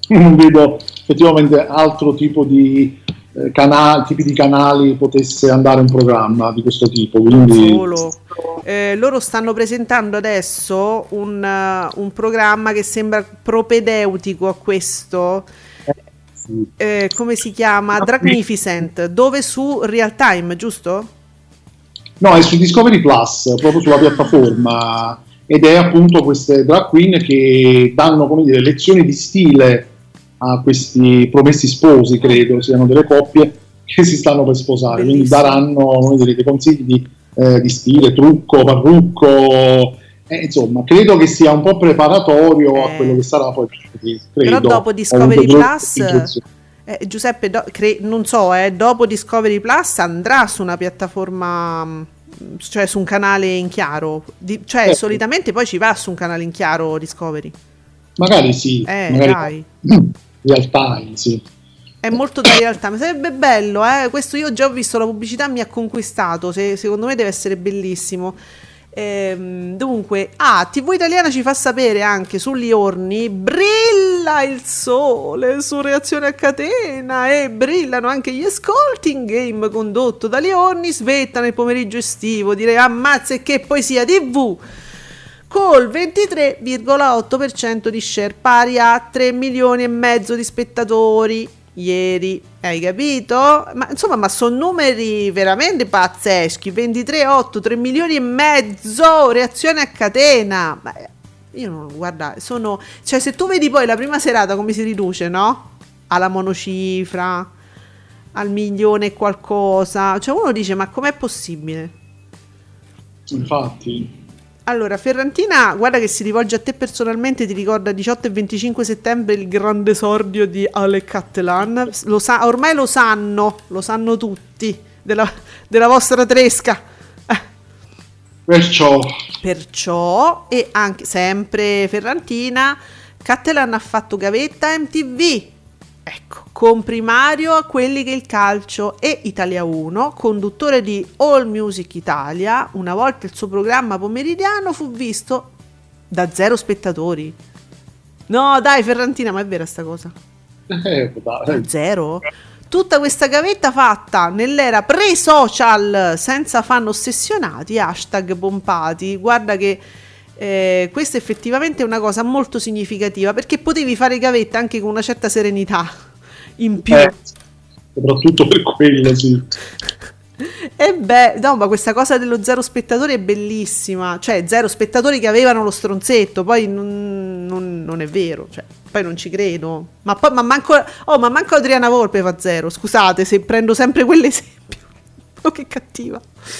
effettivamente altro tipo di tipi di canali potesse andare un programma di questo tipo, quindi Solo. Loro stanno presentando adesso un programma che sembra propedeutico a questo. Come si chiama? Dragnificent, dove su Real Time, giusto? no, è su Discovery Plus, proprio sulla piattaforma, ed è appunto queste drag queen che danno, come dire, lezioni di stile a questi promessi sposi, credo siano delle coppie che si stanno per sposare. Bellissimo. Quindi daranno, come dire, dei consigli di stile, trucco, parrucco, insomma credo che sia un po' preparatorio a quello che sarà poi, credo, Però dopo Discovery Plus, Giuseppe, non so, dopo Discovery Plus andrà su una piattaforma, cioè su un canale in chiaro, solitamente poi ci va su un canale in chiaro Discovery. magari sì, magari Dai. Real time, sì. È molto da realtà, ma sarebbe bello, questo io già ho visto la pubblicità, mi ha conquistato, secondo me deve essere bellissimo. Dunque, TV Italiana ci fa sapere anche su Liorni brilla il sole su Reazione a Catena e brillano anche gli Scolting Game condotto da Liorni, svetta nel pomeriggio estivo, direi ammazza e che poesia TV, col 23,8% di share, pari a 3 milioni e mezzo di spettatori ieri, hai capito? Ma insomma, ma sono numeri veramente pazzeschi. 23,8, 3 milioni e mezzo, Reazione a Catena. Ma io non, guarda, cioè se tu vedi poi la prima serata come si riduce, no? Alla monocifra, al milione e qualcosa, cioè uno dice ma com'è possibile? Infatti Allora, Ferrantina, guarda che si rivolge a te personalmente, ti ricorda 18 e 25 settembre il grande esordio di Ale Cattelan. Ormai lo sanno tutti della vostra tresca. Perciò, e anche sempre Ferrantina, Cattelan ha fatto gavetta MTV. Ecco, comprimario a quelli che il calcio, e Italia 1, conduttore di All Music Italia. Una volta il suo programma pomeridiano fu visto da 0 spettatori. No, dai Ferrantina, ma è vera sta cosa? Dai. 0? Tutta questa gavetta fatta nell'era pre-social, senza fan ossessionati, hashtag pompati. Guarda che questa effettivamente è una cosa molto significativa, perché potevi fare gavetta anche con una certa serenità in più. Soprattutto per quello, sì. E beh, no, ma questa cosa dello 0 spettatori è bellissima. Cioè 0 spettatori che avevano lo stronzetto. Poi non è vero, cioè, poi non ci credo. Ma manco Adriana Volpe fa 0. Scusate se prendo sempre quell'esempio. Oh, che cattiva.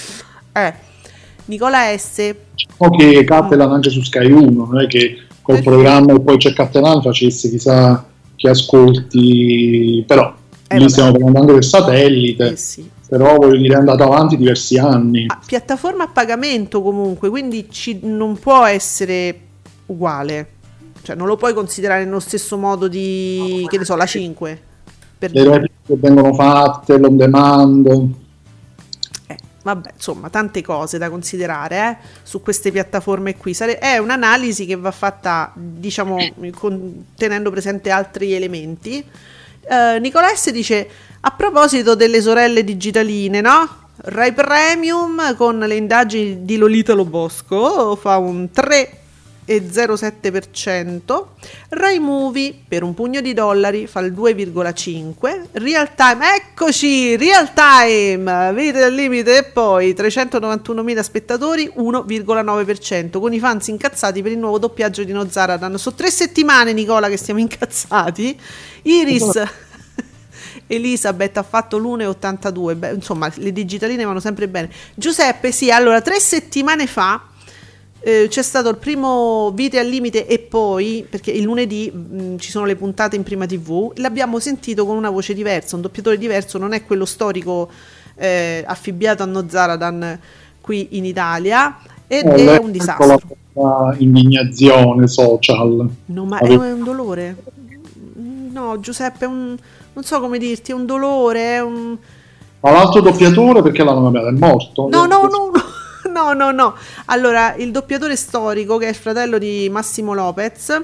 Nicola S. Che Cattelan anche su Sky 1, non è che col programma e poi c'è Cattelan facesse chissà che ascolti, però lì stiamo parlando anche del satellite, sì. Però voglio dire è andato avanti diversi anni. Piattaforma a pagamento comunque, quindi non può essere uguale, cioè non lo puoi considerare nello stesso modo di, che ne so, la 5 per le repliche che vengono fatte, l'on demand. Vabbè, insomma, tante cose da considerare su queste piattaforme qui. È un'analisi che va fatta, diciamo, tenendo presente altri elementi. Nicola S. dice, a proposito delle sorelle digitaline, no? Rai Premium con le indagini di Lolita Lobosco fa un 3,07%. Rai Movie per un pugno di dollari fa il 2,5%. Real Time, eccoci, Real Time, vedete al limite, e poi 391.000 spettatori, 1,9%, con i fans incazzati per il nuovo doppiaggio di Nozaradan. Sono 3 settimane, Nicola, che stiamo incazzati. Iris Elisabeth ha fatto l'1,82%. Beh, insomma, le digitaline vanno sempre bene. Giuseppe, sì, allora 3 settimane fa c'è stato il primo Vite al limite, e poi, perché il lunedì ci sono le puntate in Prima TV, l'abbiamo sentito con una voce diversa, un doppiatore diverso, non è quello storico affibbiato a Nozaradan qui in Italia, ed è un disastro. La indignazione social. No, ma è un dolore. No, Giuseppe, non so come dirti, è un dolore, è un... Ma l'altro doppiatore perché l'hanno cambiato? È morto? No. No. Allora, il doppiatore storico, che è il fratello di Massimo Lopez,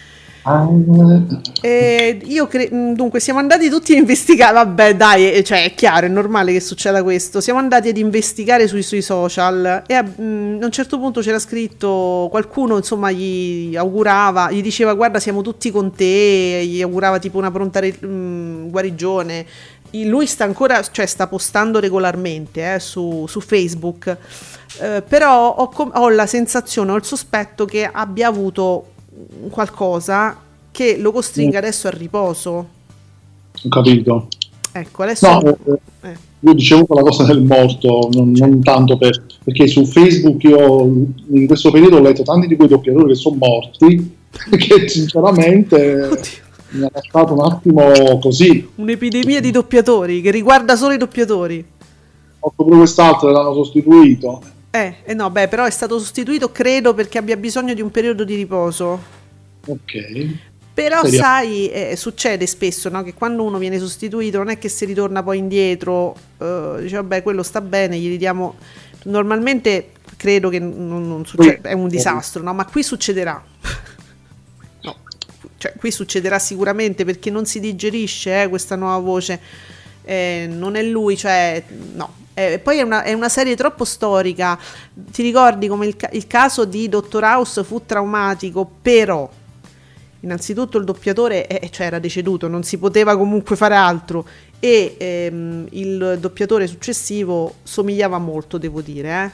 dunque siamo andati tutti a investigare. Vabbè, dai, cioè è chiaro, è normale che succeda questo. Siamo andati ad investigare sui social, e a un certo punto c'era scritto, qualcuno insomma gli diceva guarda siamo tutti con te, gli augurava tipo una pronta guarigione. Lui sta ancora, cioè sta postando regolarmente su Facebook, però ho la sensazione, ho il sospetto che abbia avuto qualcosa che lo costringa adesso al riposo. Ho capito. Ecco, adesso io dicevo quella cosa del morto, non tanto perché su Facebook io in questo periodo ho letto tanti di quei doppiatori che sono morti, che sinceramente mi ha lasciato un attimo così. Un'epidemia di doppiatori che riguarda solo i doppiatori. Ho pure quest'altro l'hanno sostituito. No, beh, però è stato sostituito, credo, perché abbia bisogno di un periodo di riposo. Ok. Però sai, succede spesso, no? Che quando uno viene sostituito non è che si ritorna poi indietro, dice vabbè quello sta bene, gli ridiamo. Normalmente credo che non succede, è un disastro, no? Ma qui succederà. No, cioè qui succederà sicuramente, perché non si digerisce questa nuova voce. Non è lui, cioè no. Poi è una serie troppo storica. Ti ricordi come il caso di Dottor House fu traumatico, però innanzitutto il doppiatore cioè era deceduto, non si poteva comunque fare altro, e il doppiatore successivo somigliava molto, devo dire,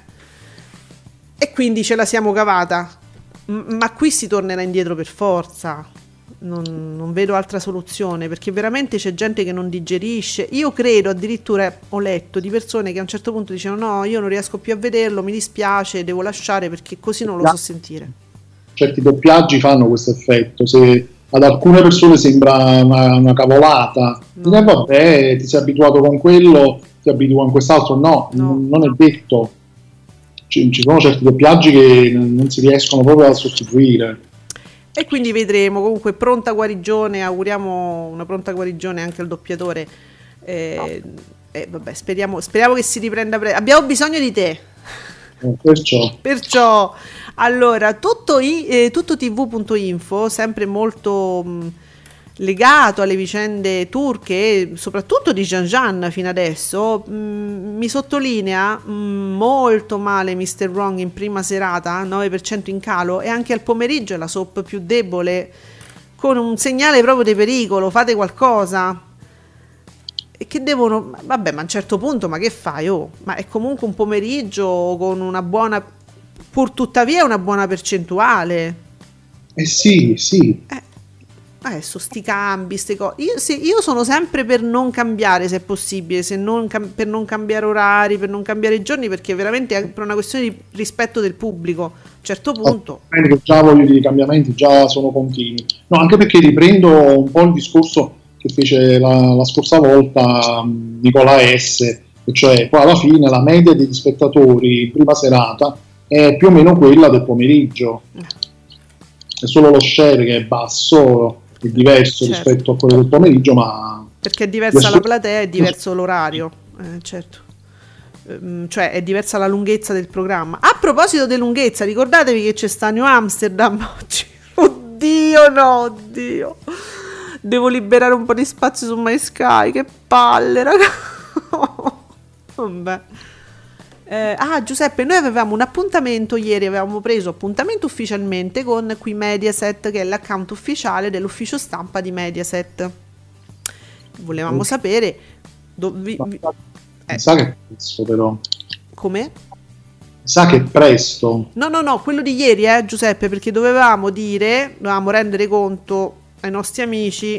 e quindi ce la siamo cavata. Ma qui si tornerà indietro per forza. non vedo altra soluzione, perché veramente c'è gente che non digerisce. Io credo, addirittura ho letto di persone che a un certo punto dicono no, io non riesco più a vederlo, mi dispiace, devo lasciare perché così non lo so sentire. Certi doppiaggi fanno questo effetto, se ad alcune persone sembra una cavolata, vabbè, ti sei abituato con quello, ti abitui con quest'altro, no. Non è detto. Ci sono certi doppiaggi che non si riescono proprio a sostituire. E quindi vedremo. Comunque, pronta guarigione, auguriamo una pronta guarigione anche al doppiatore. Vabbè, speriamo che si riprenda presto. Abbiamo bisogno di te. Perciò allora, tutto tv.info, sempre molto legato alle vicende turche, soprattutto di Can fino adesso, mi sottolinea molto male Mr. Wrong in prima serata, 9% in calo, e anche al pomeriggio è la soap più debole, con un segnale proprio di pericolo. Fate qualcosa. E che devono, vabbè, ma a un certo punto, ma che fai? Ma è comunque un pomeriggio con una buona, pur tuttavia una buona percentuale. Sì. Adesso sti cambi, ste cose. Io sono sempre per non cambiare, se è possibile, per non cambiare orari, per non cambiare giorni, perché veramente è per una questione di rispetto del pubblico. A un certo punto. Che già voglio dire, i cambiamenti già sono continui. No, anche perché riprendo un po' il discorso che fece la scorsa volta Nicola S, e cioè poi alla fine la media degli spettatori in prima serata è più o meno quella del pomeriggio. È solo lo share che è basso, è diverso rispetto a quello del pomeriggio, ma perché è diversa la platea, è diverso l'orario, certo. Cioè è diversa la lunghezza del programma. A proposito di lunghezza, ricordatevi che c'è sta New Amsterdam oggi. Oddio, devo liberare un po' di spazio su My Sky, che palle, raga. Vabbè. Giuseppe, noi avevamo un appuntamento ieri, avevamo preso appuntamento ufficialmente con qui Mediaset, che è l'account ufficiale dell'ufficio stampa di Mediaset. Volevamo sapere sa che è presto, però. Come? Sa che è presto. No, quello di ieri, Giuseppe, perché dovevamo rendere conto ai nostri amici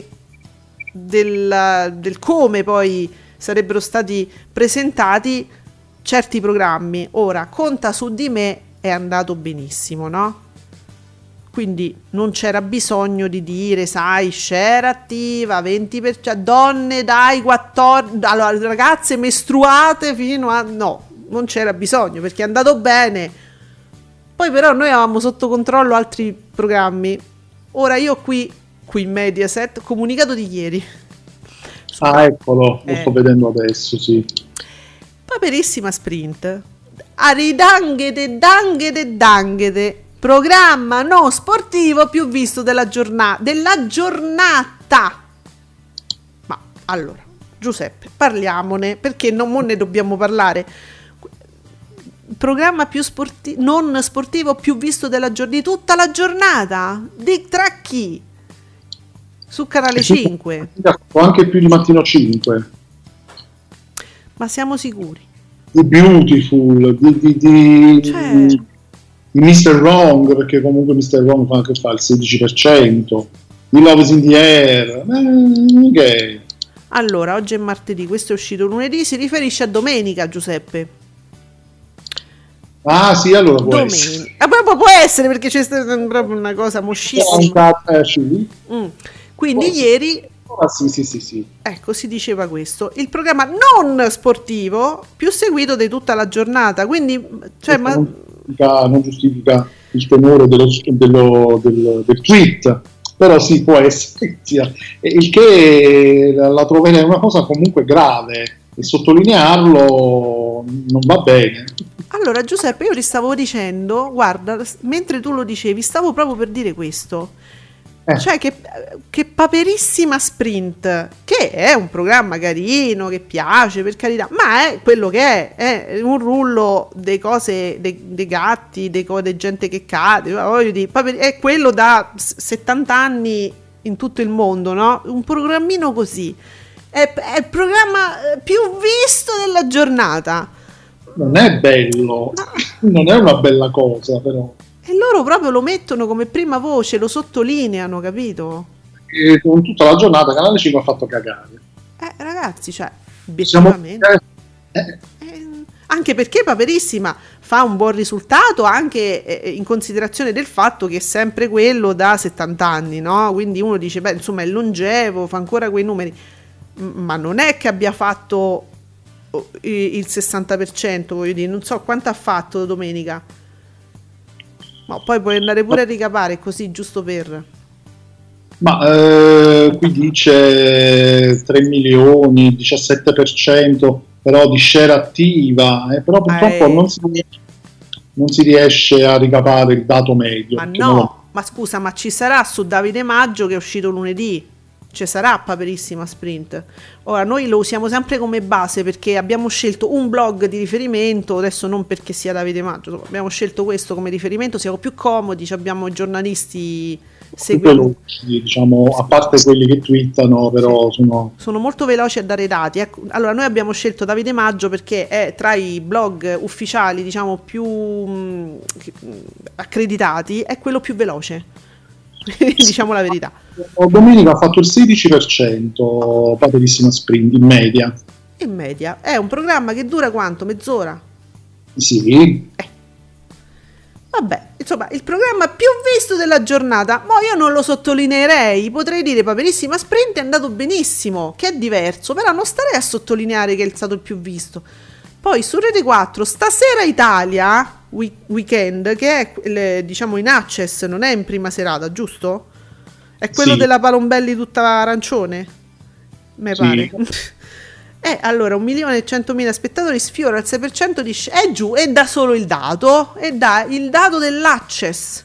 del come poi sarebbero stati presentati certi programmi. Ora, Conta su di me è andato benissimo, no? Quindi non c'era bisogno di dire, sai, share attiva, 20%, donne dai 14, allora, ragazze mestruate fino a... No, non c'era bisogno, perché è andato bene. Poi però noi avevamo sotto controllo altri programmi. Ora io qui Mediaset, comunicato di ieri. Eccolo, lo sto vedendo adesso, sì. Paperissima Sprint. Danghede. Programma non sportivo più visto della giornata. Ma allora, Giuseppe, parliamone, perché non ne dobbiamo parlare. Programma più non sportivo più visto della di tutta la giornata. Tra chi? Su Canale 5. O anche più di Mattino 5. Ma siamo sicuri? Di Beautiful, di Mr. Wrong, perché comunque Mr. Wrong fa il 16%, di Love is in the Air. Okay. Allora, oggi è martedì, questo è uscito lunedì, si riferisce a domenica, Giuseppe. Sì, allora può essere. Proprio può essere, perché c'è stata proprio una cosa moscissima. Quindi ieri... Sì. Ecco, si diceva questo. Il programma non sportivo più seguito di tutta la giornata. Quindi, cioè, non giustifica il tenore del tweet, però sì, può essere. Il che la troverei una cosa comunque grave, e sottolinearlo non va bene. Allora, Giuseppe, io ti stavo dicendo, guarda, mentre tu lo dicevi, stavo proprio per dire questo. Cioè che paperissima Sprint, che è un programma carino, che piace, per carità, ma è quello che è un rullo delle cose, dei gatti, dei gente che cade, voglio dire, è quello da 70 anni in tutto il mondo, no? Un programmino così è il programma più visto della giornata. Non è bello, non è una bella cosa, però. E loro proprio lo mettono come prima voce, lo sottolineano, capito? E con tutta la giornata Canale 5 ha fatto cagare. Ragazzi, cioè, Siamo- obiettivamente. eh, Anche perché Paperissima fa un buon risultato anche in considerazione del fatto che è sempre quello da 70 anni, no? Quindi uno dice, beh, insomma, è longevo, fa ancora quei numeri, ma non è che abbia fatto il 60%, voglio dire, non so quanto ha fatto domenica. Ma poi puoi andare pure a ricapare così, giusto per... Ma qui dice 3 milioni, 17%, però di share attiva, però purtroppo non si riesce a ricapare il dato medio. Ma perché non lo- no, ma scusa, ma ci sarà su Davide Maggio che è uscito lunedì? Ci sarà Paperissima Sprint. Ora noi lo usiamo sempre come base perché abbiamo scelto un blog di riferimento, adesso non perché sia Davide Maggio, insomma, abbiamo scelto questo come riferimento, siamo più comodi, abbiamo i giornalisti più seguiti. veloci, diciamo, a parte quelli che twittano, però Sono molto veloci a dare dati. Ecco, allora, noi abbiamo scelto Davide Maggio perché è tra i blog ufficiali, diciamo, più accreditati, è quello più veloce. Diciamo la verità. Domenica ha fatto il 16%, Paperissima Sprint in media. In media è un programma che dura quanto? Mezz'ora? Sì, Vabbè, insomma, il programma più visto della giornata, ma io non lo sottolineerei, potrei dire Paperissima Sprint è andato benissimo, che è diverso, però non starei a sottolineare che è stato il più visto. Poi su Rete 4, Stasera Italia, weekend, che è diciamo in access, non è in prima serata, giusto? È quello Sì. della Palombelli tutta arancione? Me Sì. pare. Allora 1.100.000 spettatori, sfiora il 6% è giù e dà solo il dato, e dà il dato dell'access.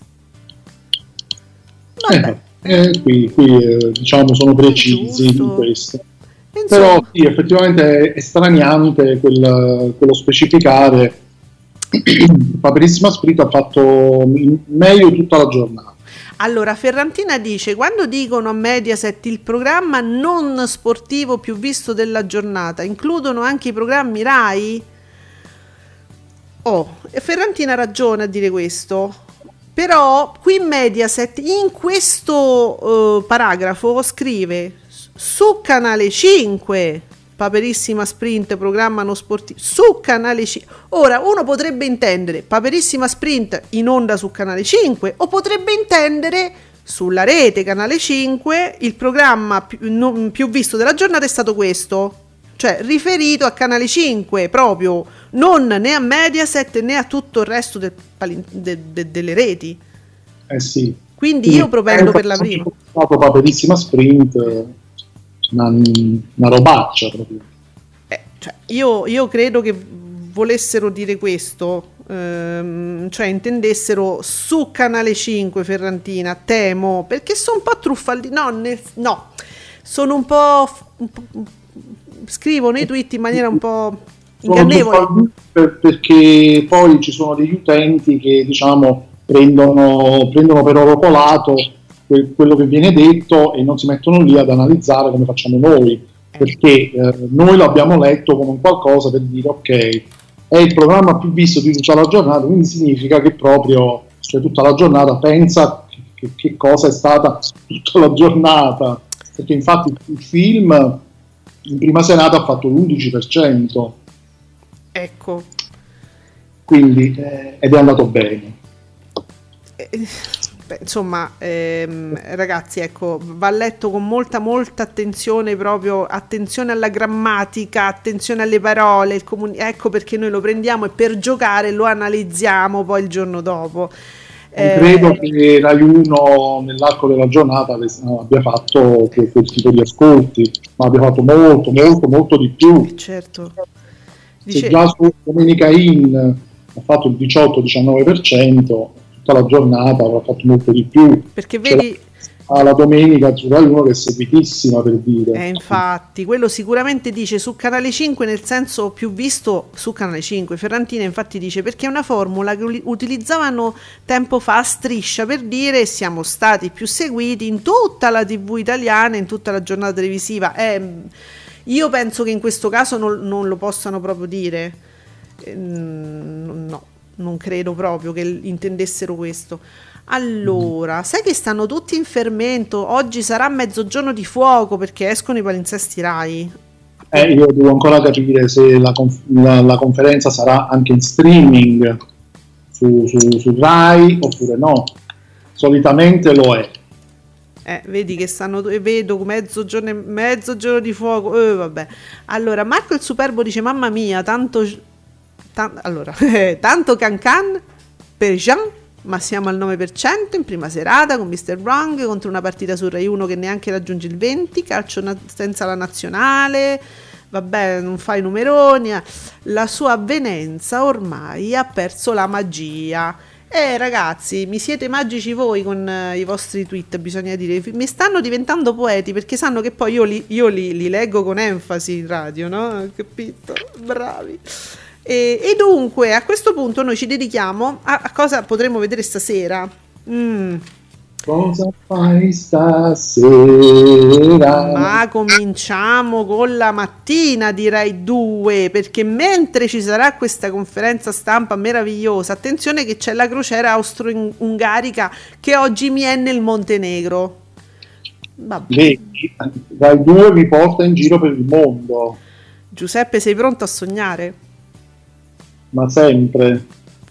Vabbè, qui diciamo sono precisi giusto. in questo. insomma, Però sì, effettivamente è straniante quello specificare. Paperissima Sprint ha fatto meglio tutta la giornata. allora Ferrantina dice, quando dicono a Mediaset il programma non sportivo più visto della giornata, includono anche i programmi Rai? E Ferrantina ha ragione a dire questo, però qui Mediaset in questo paragrafo scrive su Canale 5 Paperissima Sprint, programma non sportivo su Canale 5. Ora uno potrebbe intendere Paperissima Sprint in onda su Canale 5 o potrebbe intendere sulla rete Canale 5 il programma più visto della giornata è stato questo, cioè riferito a Canale 5 proprio, non né a Mediaset né a tutto il resto delle reti. Sì. Quindi io propendo per la prima. Stato Paperissima Sprint, una robaccia proprio. Cioè, io credo che volessero dire questo, cioè intendessero su Canale 5 Ferrantina, temo, perché sono un po' truffaldi, no, sono un po' scrivono i tweet in maniera un po' ingannevole. Perché poi ci sono degli utenti che diciamo prendono per oro colato quello che viene detto e non si mettono lì ad analizzare come facciamo noi, perché noi l'abbiamo letto come un qualcosa per dire ok, è il programma più visto di tutta la giornata, quindi significa che proprio tutta la giornata pensa che cosa è stata tutta la giornata, perché infatti il film in prima serata ha fatto l'11%, ecco, quindi ed è andato bene. Insomma, ragazzi, ecco, va letto con molta attenzione, proprio attenzione alla grammatica, attenzione alle parole, ecco perché noi lo prendiamo e per giocare lo analizziamo poi il giorno dopo. Credo che Rai 1 nell'arco della giornata abbia fatto quel tipo di ascolti, ma abbia fatto molto di più. Certo. Se già su Domenica In ha fatto il 18-19%, tutta la giornata avrà fatto molto di più. Perché vedi la domenica su Rai 1 che è seguitissima, per dire. Infatti, quello sicuramente dice su Canale 5 nel senso più visto su Canale 5. Ferrantina infatti dice perché è una formula che utilizzavano tempo fa a Striscia per dire siamo stati più seguiti in tutta la TV italiana, in tutta la giornata televisiva. Io penso che in questo caso non lo possano proprio dire. No. non credo proprio che intendessero questo. Allora, sai che stanno tutti in fermento, oggi sarà mezzogiorno di fuoco perché escono i palinsesti Rai. Io devo ancora capire se la conferenza sarà anche in streaming su Rai oppure no. Solitamente lo è. Vedi che stanno, vedo mezzogiorno di fuoco. Vabbè. Allora, Marco il Superbo dice: mamma mia, tanto can per Jean, ma siamo al 9% in prima serata con Mr. Wrong contro una partita su Rai 1 che neanche raggiunge il 20, calcio senza la nazionale. Vabbè, non fai numeroni. La sua avvenenza ormai ha perso la magia. Ragazzi, mi siete magici voi con i vostri tweet, bisogna dire. Mi stanno diventando poeti perché sanno che poi io li leggo con enfasi in radio, no? Capito? Bravi. E dunque, a questo punto noi ci dedichiamo a cosa potremo vedere stasera. Cosa fai stasera? Ma cominciamo con la mattina di Rai 2, perché mentre ci sarà questa conferenza stampa meravigliosa, attenzione che c'è la crociera austro-ungarica che oggi mi è nel Montenegro. Vabbè. Vedi, Rai 2 vi porta in giro per il mondo. Giuseppe, sei pronto a sognare? Ma sempre.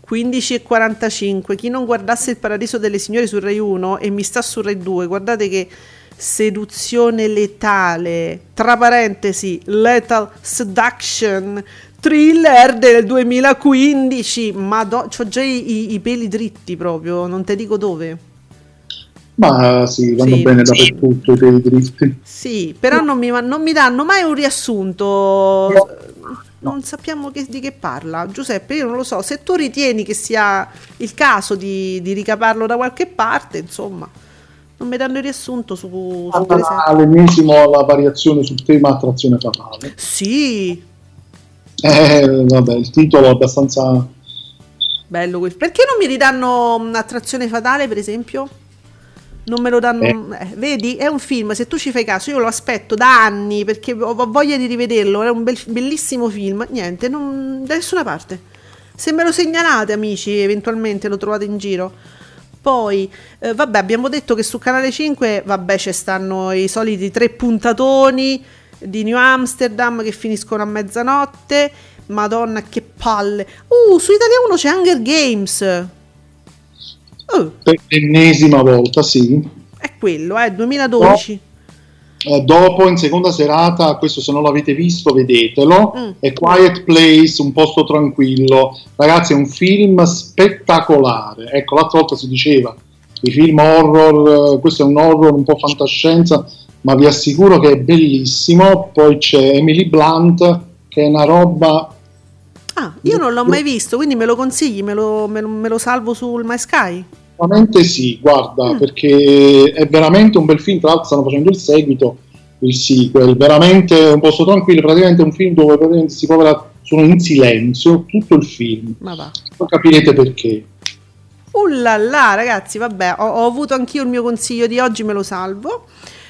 15:45. Chi non guardasse Il Paradiso delle Signore su Rai 1 e mi sta su Rai 2, guardate che seduzione letale, tra parentesi Lethal Seduction, thriller del 2015. C'ho già i peli dritti proprio, non te dico dove. Ma sì, vanno bene dappertutto i peli dritti. Sì, però non mi danno mai un riassunto. Non sappiamo di che parla. Giuseppe, io non lo so. Se tu ritieni che sia il caso di ricaparlo da qualche parte, insomma, non mi danno il riassunto su all'ennesimo la variazione sul tema attrazione fatale. Sì. Vabbè, il titolo è abbastanza bello. Perché non mi ridanno Attrazione Fatale, per esempio? Non me lo danno. Vedi, è un film, se tu ci fai caso, io lo aspetto da anni perché ho voglia di rivederlo, è un bellissimo film. Niente, da nessuna parte. Se me lo segnalate, amici, eventualmente lo trovate in giro. Poi vabbè, abbiamo detto che su Canale 5 ci stanno i soliti 3 puntatoni di New Amsterdam che finiscono a mezzanotte. Madonna, che palle. Su Italia 1 c'è Hunger Games. Per l'ennesima volta, sì. È quello, 2012. Dopo, in seconda serata, questo se non l'avete visto, vedetelo. È Quiet Place, un posto tranquillo. Ragazzi, è un film spettacolare. Ecco, l'altra volta si diceva, i film horror, questo è un horror un po' fantascienza, ma vi assicuro che è bellissimo. Poi c'è Emily Blunt, che è una roba... io non l'ho mai visto, quindi me lo consigli? Me lo salvo sul My Sky? Veramente sì, guarda, perché è veramente un bel film. Tra l'altro stanno facendo il seguito, il sequel, veramente un posto tranquillo, praticamente un film dove praticamente si sono in silenzio tutto il film. Ma va. Poi capirete perché. Ullala, ragazzi, vabbè, ho avuto anch'io il mio consiglio di oggi, me lo salvo.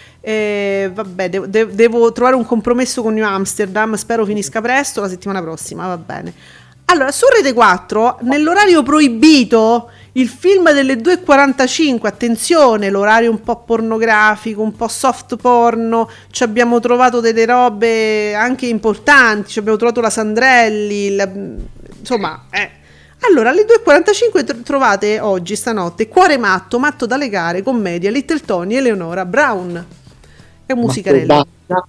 Vabbè, devo trovare un compromesso con New Amsterdam, spero finisca presto, la settimana prossima, va bene. Allora, su Rete 4, nell'orario proibito, il film delle 2:45, attenzione, l'orario un po' pornografico, un po' soft porno, ci abbiamo trovato delle robe anche importanti, ci abbiamo trovato la Sandrelli, insomma, Allora, alle 2:45 trovate oggi, stanotte, Cuore matto, matto da legare, commedia, Little Tony e Eleonora Brown. È un musicarello.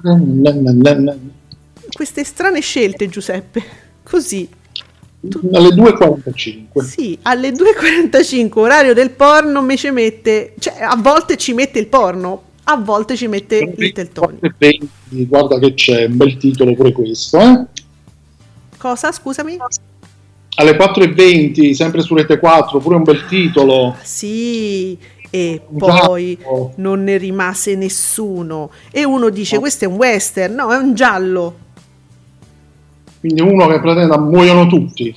Queste strane scelte, Giuseppe, così. Alle 2:45. Sì, alle 2:45, orario del porno, mi ci mette, cioè a volte ci mette il porno, a volte ci mette Little Tony. Guarda che c'è un bel titolo pure questo, Cosa, scusami? Alle 4:20, sempre su Rete 4, pure un bel titolo. Sì, e poi non ne rimase nessuno. E uno dice, questo è un western, no, è un giallo. Quindi uno che pretende muoiono tutti.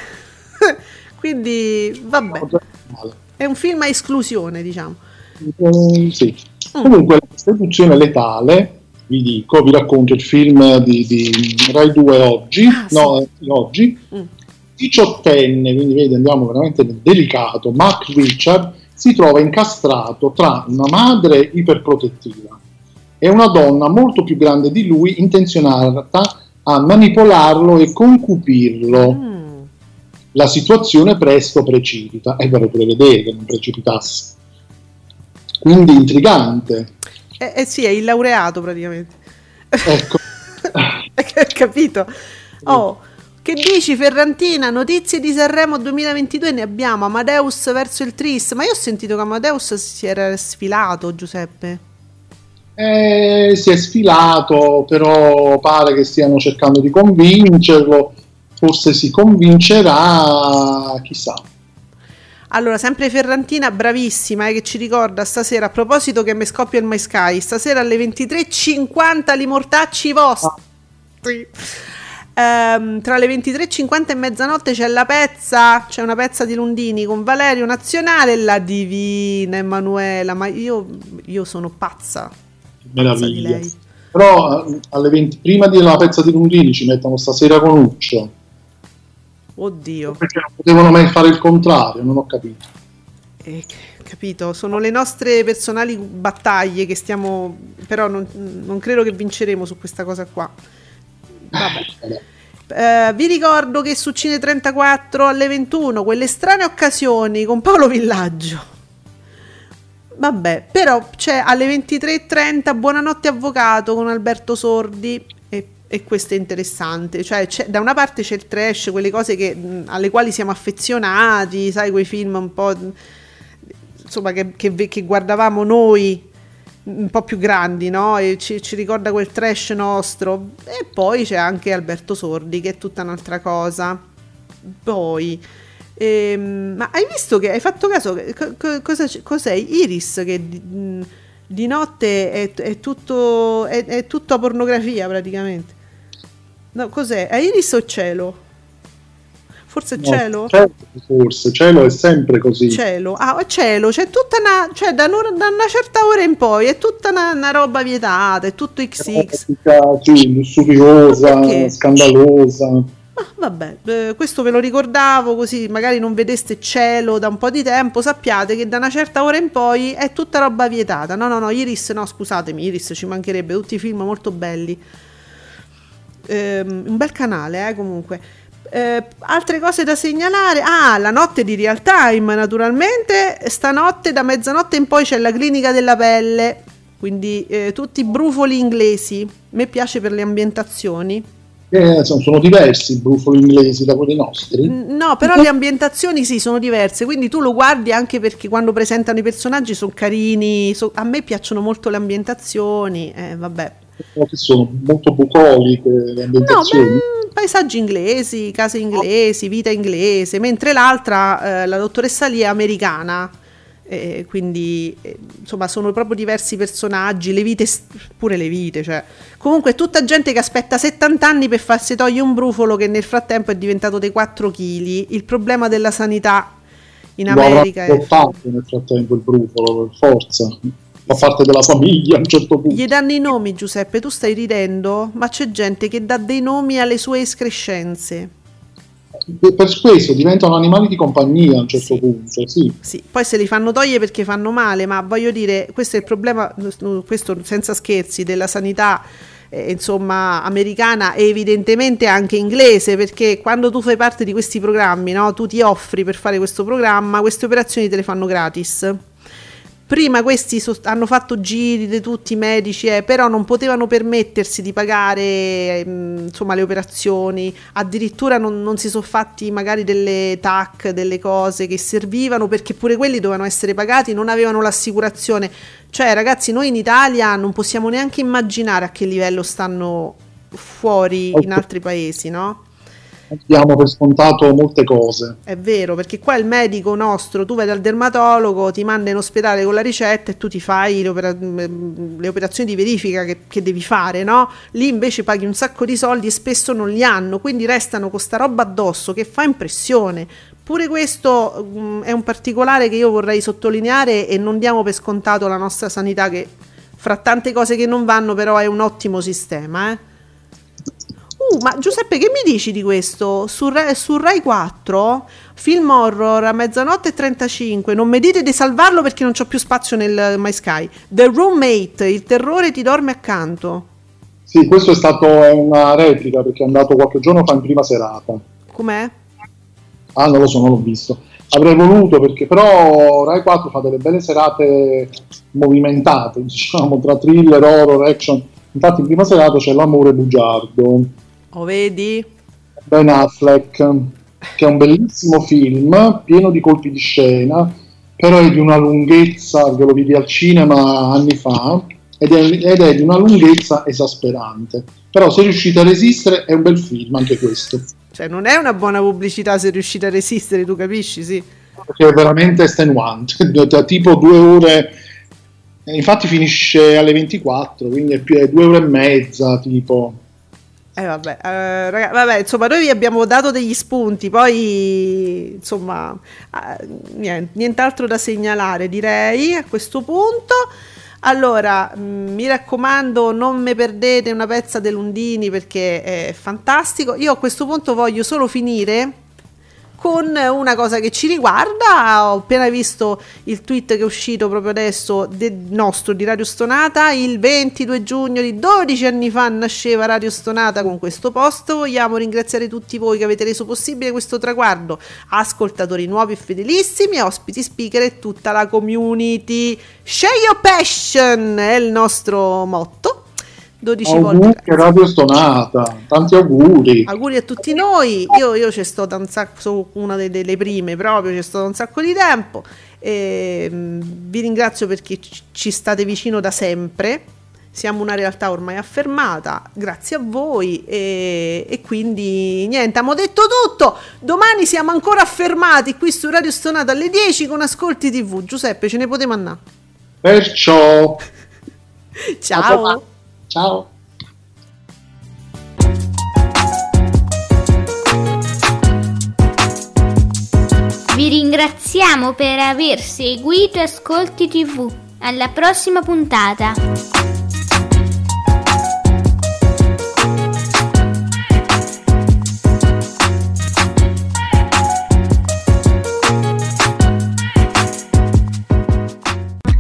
Quindi, vabbè, è un film a esclusione, diciamo. Sì. Comunque, la seduzione letale, vi racconto il film di Rai 2 oggi, oggi, 18enne, quindi vedi andiamo veramente nel delicato, Mark Richard si trova incastrato tra una madre iperprotettiva e una donna molto più grande di lui intenzionata a manipolarlo e concupirlo. La situazione presto precipita e vorrei pure vedere che non precipitasse. Quindi intrigante. Sì, è il laureato praticamente. Ecco. Capito? Oh, che dici Ferrantina? Notizie di Sanremo 2022 ne abbiamo. Amadeus verso il Tris. Ma io ho sentito che Amadeus si era sfilato, Giuseppe. Si è sfilato, però pare che stiano cercando di convincerlo. Forse si convincerà, chissà. Allora, sempre Ferrantina, bravissima, che ci ricorda stasera, a proposito che mi scoppia il My Sky, stasera alle 23:50 li mortacci vostri. Tra le 23:50 e mezzanotte c'è una pezza di Lundini con Valerio Nazionale, la divina Emanuela, ma io sono pazza di Meraviglia. lei. Però alle 20, prima della pezza di Lundini ci mettono Stasera con Uccio. Oddio. Perché non potevano mai fare il contrario, non ho capito. Capito, sono le nostre personali battaglie che stiamo, però non credo che vinceremo su questa cosa qua. Vabbè. Vi ricordo che su Cine 34 alle 21 quelle strane occasioni con Paolo Villaggio. Vabbè, però c'è alle 23:30 Buonanotte Avvocato con Alberto Sordi e questo è interessante, cioè da una parte c'è il trash, quelle cose alle quali siamo affezionati, sai, quei film un po' insomma che guardavamo noi un po' più grandi, no? E ci ricorda quel trash nostro. E poi c'è anche Alberto Sordi che è tutta un'altra cosa. Poi ma hai visto che hai fatto caso cos'è Iris che di notte è tutto a pornografia praticamente. No, cos'è? È Iris o Cielo? Forse Cielo? Forse Cielo è sempre così. Cielo, Cielo, c'è tutta cioè da una certa ora in poi è tutta una roba vietata, è tutto XX. Sì, lussuriosa, scandalosa. Ma vabbè, questo ve lo ricordavo così magari non vedeste Cielo da un po' di tempo, sappiate che da una certa ora in poi è tutta roba vietata. No, Iris, no, scusatemi, Iris ci mancherebbe, tutti i film molto belli. Un bel canale, comunque. Altre cose da segnalare. La notte di Real Time, naturalmente. Stanotte da mezzanotte in poi c'è la clinica della pelle, quindi tutti brufoli inglesi. A me piace per le ambientazioni. Sono diversi i brufoli inglesi da quelli nostri. No, però le ambientazioni sì, sono diverse, quindi tu lo guardi anche perché quando presentano i personaggi sono carini. A me piacciono molto le ambientazioni, vabbè. Che sono molto bucoliche le ambientazioni. No, paesaggi inglesi, case inglesi, vita inglese, mentre l'altra, la dottoressa lì, è americana, quindi insomma sono proprio diversi personaggi, pure le vite, cioè comunque tutta gente che aspetta 70 anni per farsi togliere un brufolo che nel frattempo è diventato dei 4 kg. Il problema della sanità in America è fatto nel frattempo il brufolo, per forza. Fa parte della famiglia a un certo punto. Gli danno i nomi, Giuseppe, tu stai ridendo, ma c'è gente che dà dei nomi alle sue escrescenze. Per questo diventano animali di compagnia a un certo punto, sì. Poi se li fanno togliere perché fanno male, ma voglio dire, questo è il problema, questo senza scherzi, della sanità insomma americana e evidentemente anche inglese, perché quando tu fai parte di questi programmi, no, tu ti offri per fare questo programma, queste operazioni te le fanno gratis. Prima questi hanno fatto giri di tutti i medici, però non potevano permettersi di pagare insomma le operazioni, addirittura non si sono fatti magari delle TAC, delle cose che servivano, perché pure quelli dovevano essere pagati, non avevano l'assicurazione. Cioè ragazzi, noi in Italia non possiamo neanche immaginare a che livello stanno fuori in altri paesi, no? Diamo per scontato molte cose. È vero, perché qua il medico nostro, tu vai dal dermatologo, ti manda in ospedale con la ricetta e tu ti fai le operazioni di verifica che devi fare, no? Lì invece paghi un sacco di soldi e spesso non li hanno, quindi restano con sta roba addosso che fa impressione. Pure questo è un particolare che io vorrei sottolineare, e non diamo per scontato la nostra sanità, che fra tante cose che non vanno però è un ottimo sistema, Ma Giuseppe, che mi dici di questo? Su Rai 4, film horror a 00:35, non mi dite di salvarlo perché non c'ho più spazio nel My Sky. The Roommate, il terrore ti dorme accanto. Sì, questo è stato una replica perché è andato qualche giorno fa in prima serata. Com'è? Ah, non lo so, non l'ho visto. Avrei voluto perché però Rai 4 fa delle belle serate movimentate, diciamo, tra thriller, horror, action. Infatti in prima serata c'è L'amore bugiardo. Oh, vedi? Ben Affleck, che è un bellissimo film, pieno di colpi di scena, però è di una lunghezza, che lo vidi al cinema anni fa, ed è di una lunghezza esasperante. Però se riuscite a resistere è un bel film anche questo. Cioè, non è una buona pubblicità se riuscite a resistere, tu capisci, sì. Perché è veramente estenuante, tipo 2 ore, infatti finisce alle 24, quindi è 2 ore e mezza, tipo. Vabbè, insomma, noi vi abbiamo dato degli spunti, poi, insomma, nient'altro da segnalare, direi, a questo punto. Allora, mi raccomando, non me perdete una pezza dell'Undini perché è fantastico. Io a questo punto voglio solo finire con una cosa che ci riguarda. Ho appena visto il tweet che è uscito proprio adesso di Radio Stonata. Il 22 giugno di 12 anni fa nasceva Radio Stonata con questo post. Vogliamo ringraziare tutti voi che avete reso possibile questo traguardo, ascoltatori nuovi e fedelissimi, ospiti, speaker e tutta la community. Share your passion è il nostro motto. 12 volte Radio Stonata, tanti auguri a tutti noi. Io c'è sto da un sacco, sono una delle prime proprio, c'è sto da un sacco di tempo, e vi ringrazio perché ci state vicino da sempre, siamo una realtà ormai affermata grazie a voi, e quindi niente, abbiamo detto tutto. Domani siamo ancora affermati qui su Radio Stonata alle 10 con Ascolti TV. Giuseppe, ce ne potemo andare? Perciò ciao. Ciao. Vi ringraziamo per aver seguito Ascolti TV. Alla prossima puntata.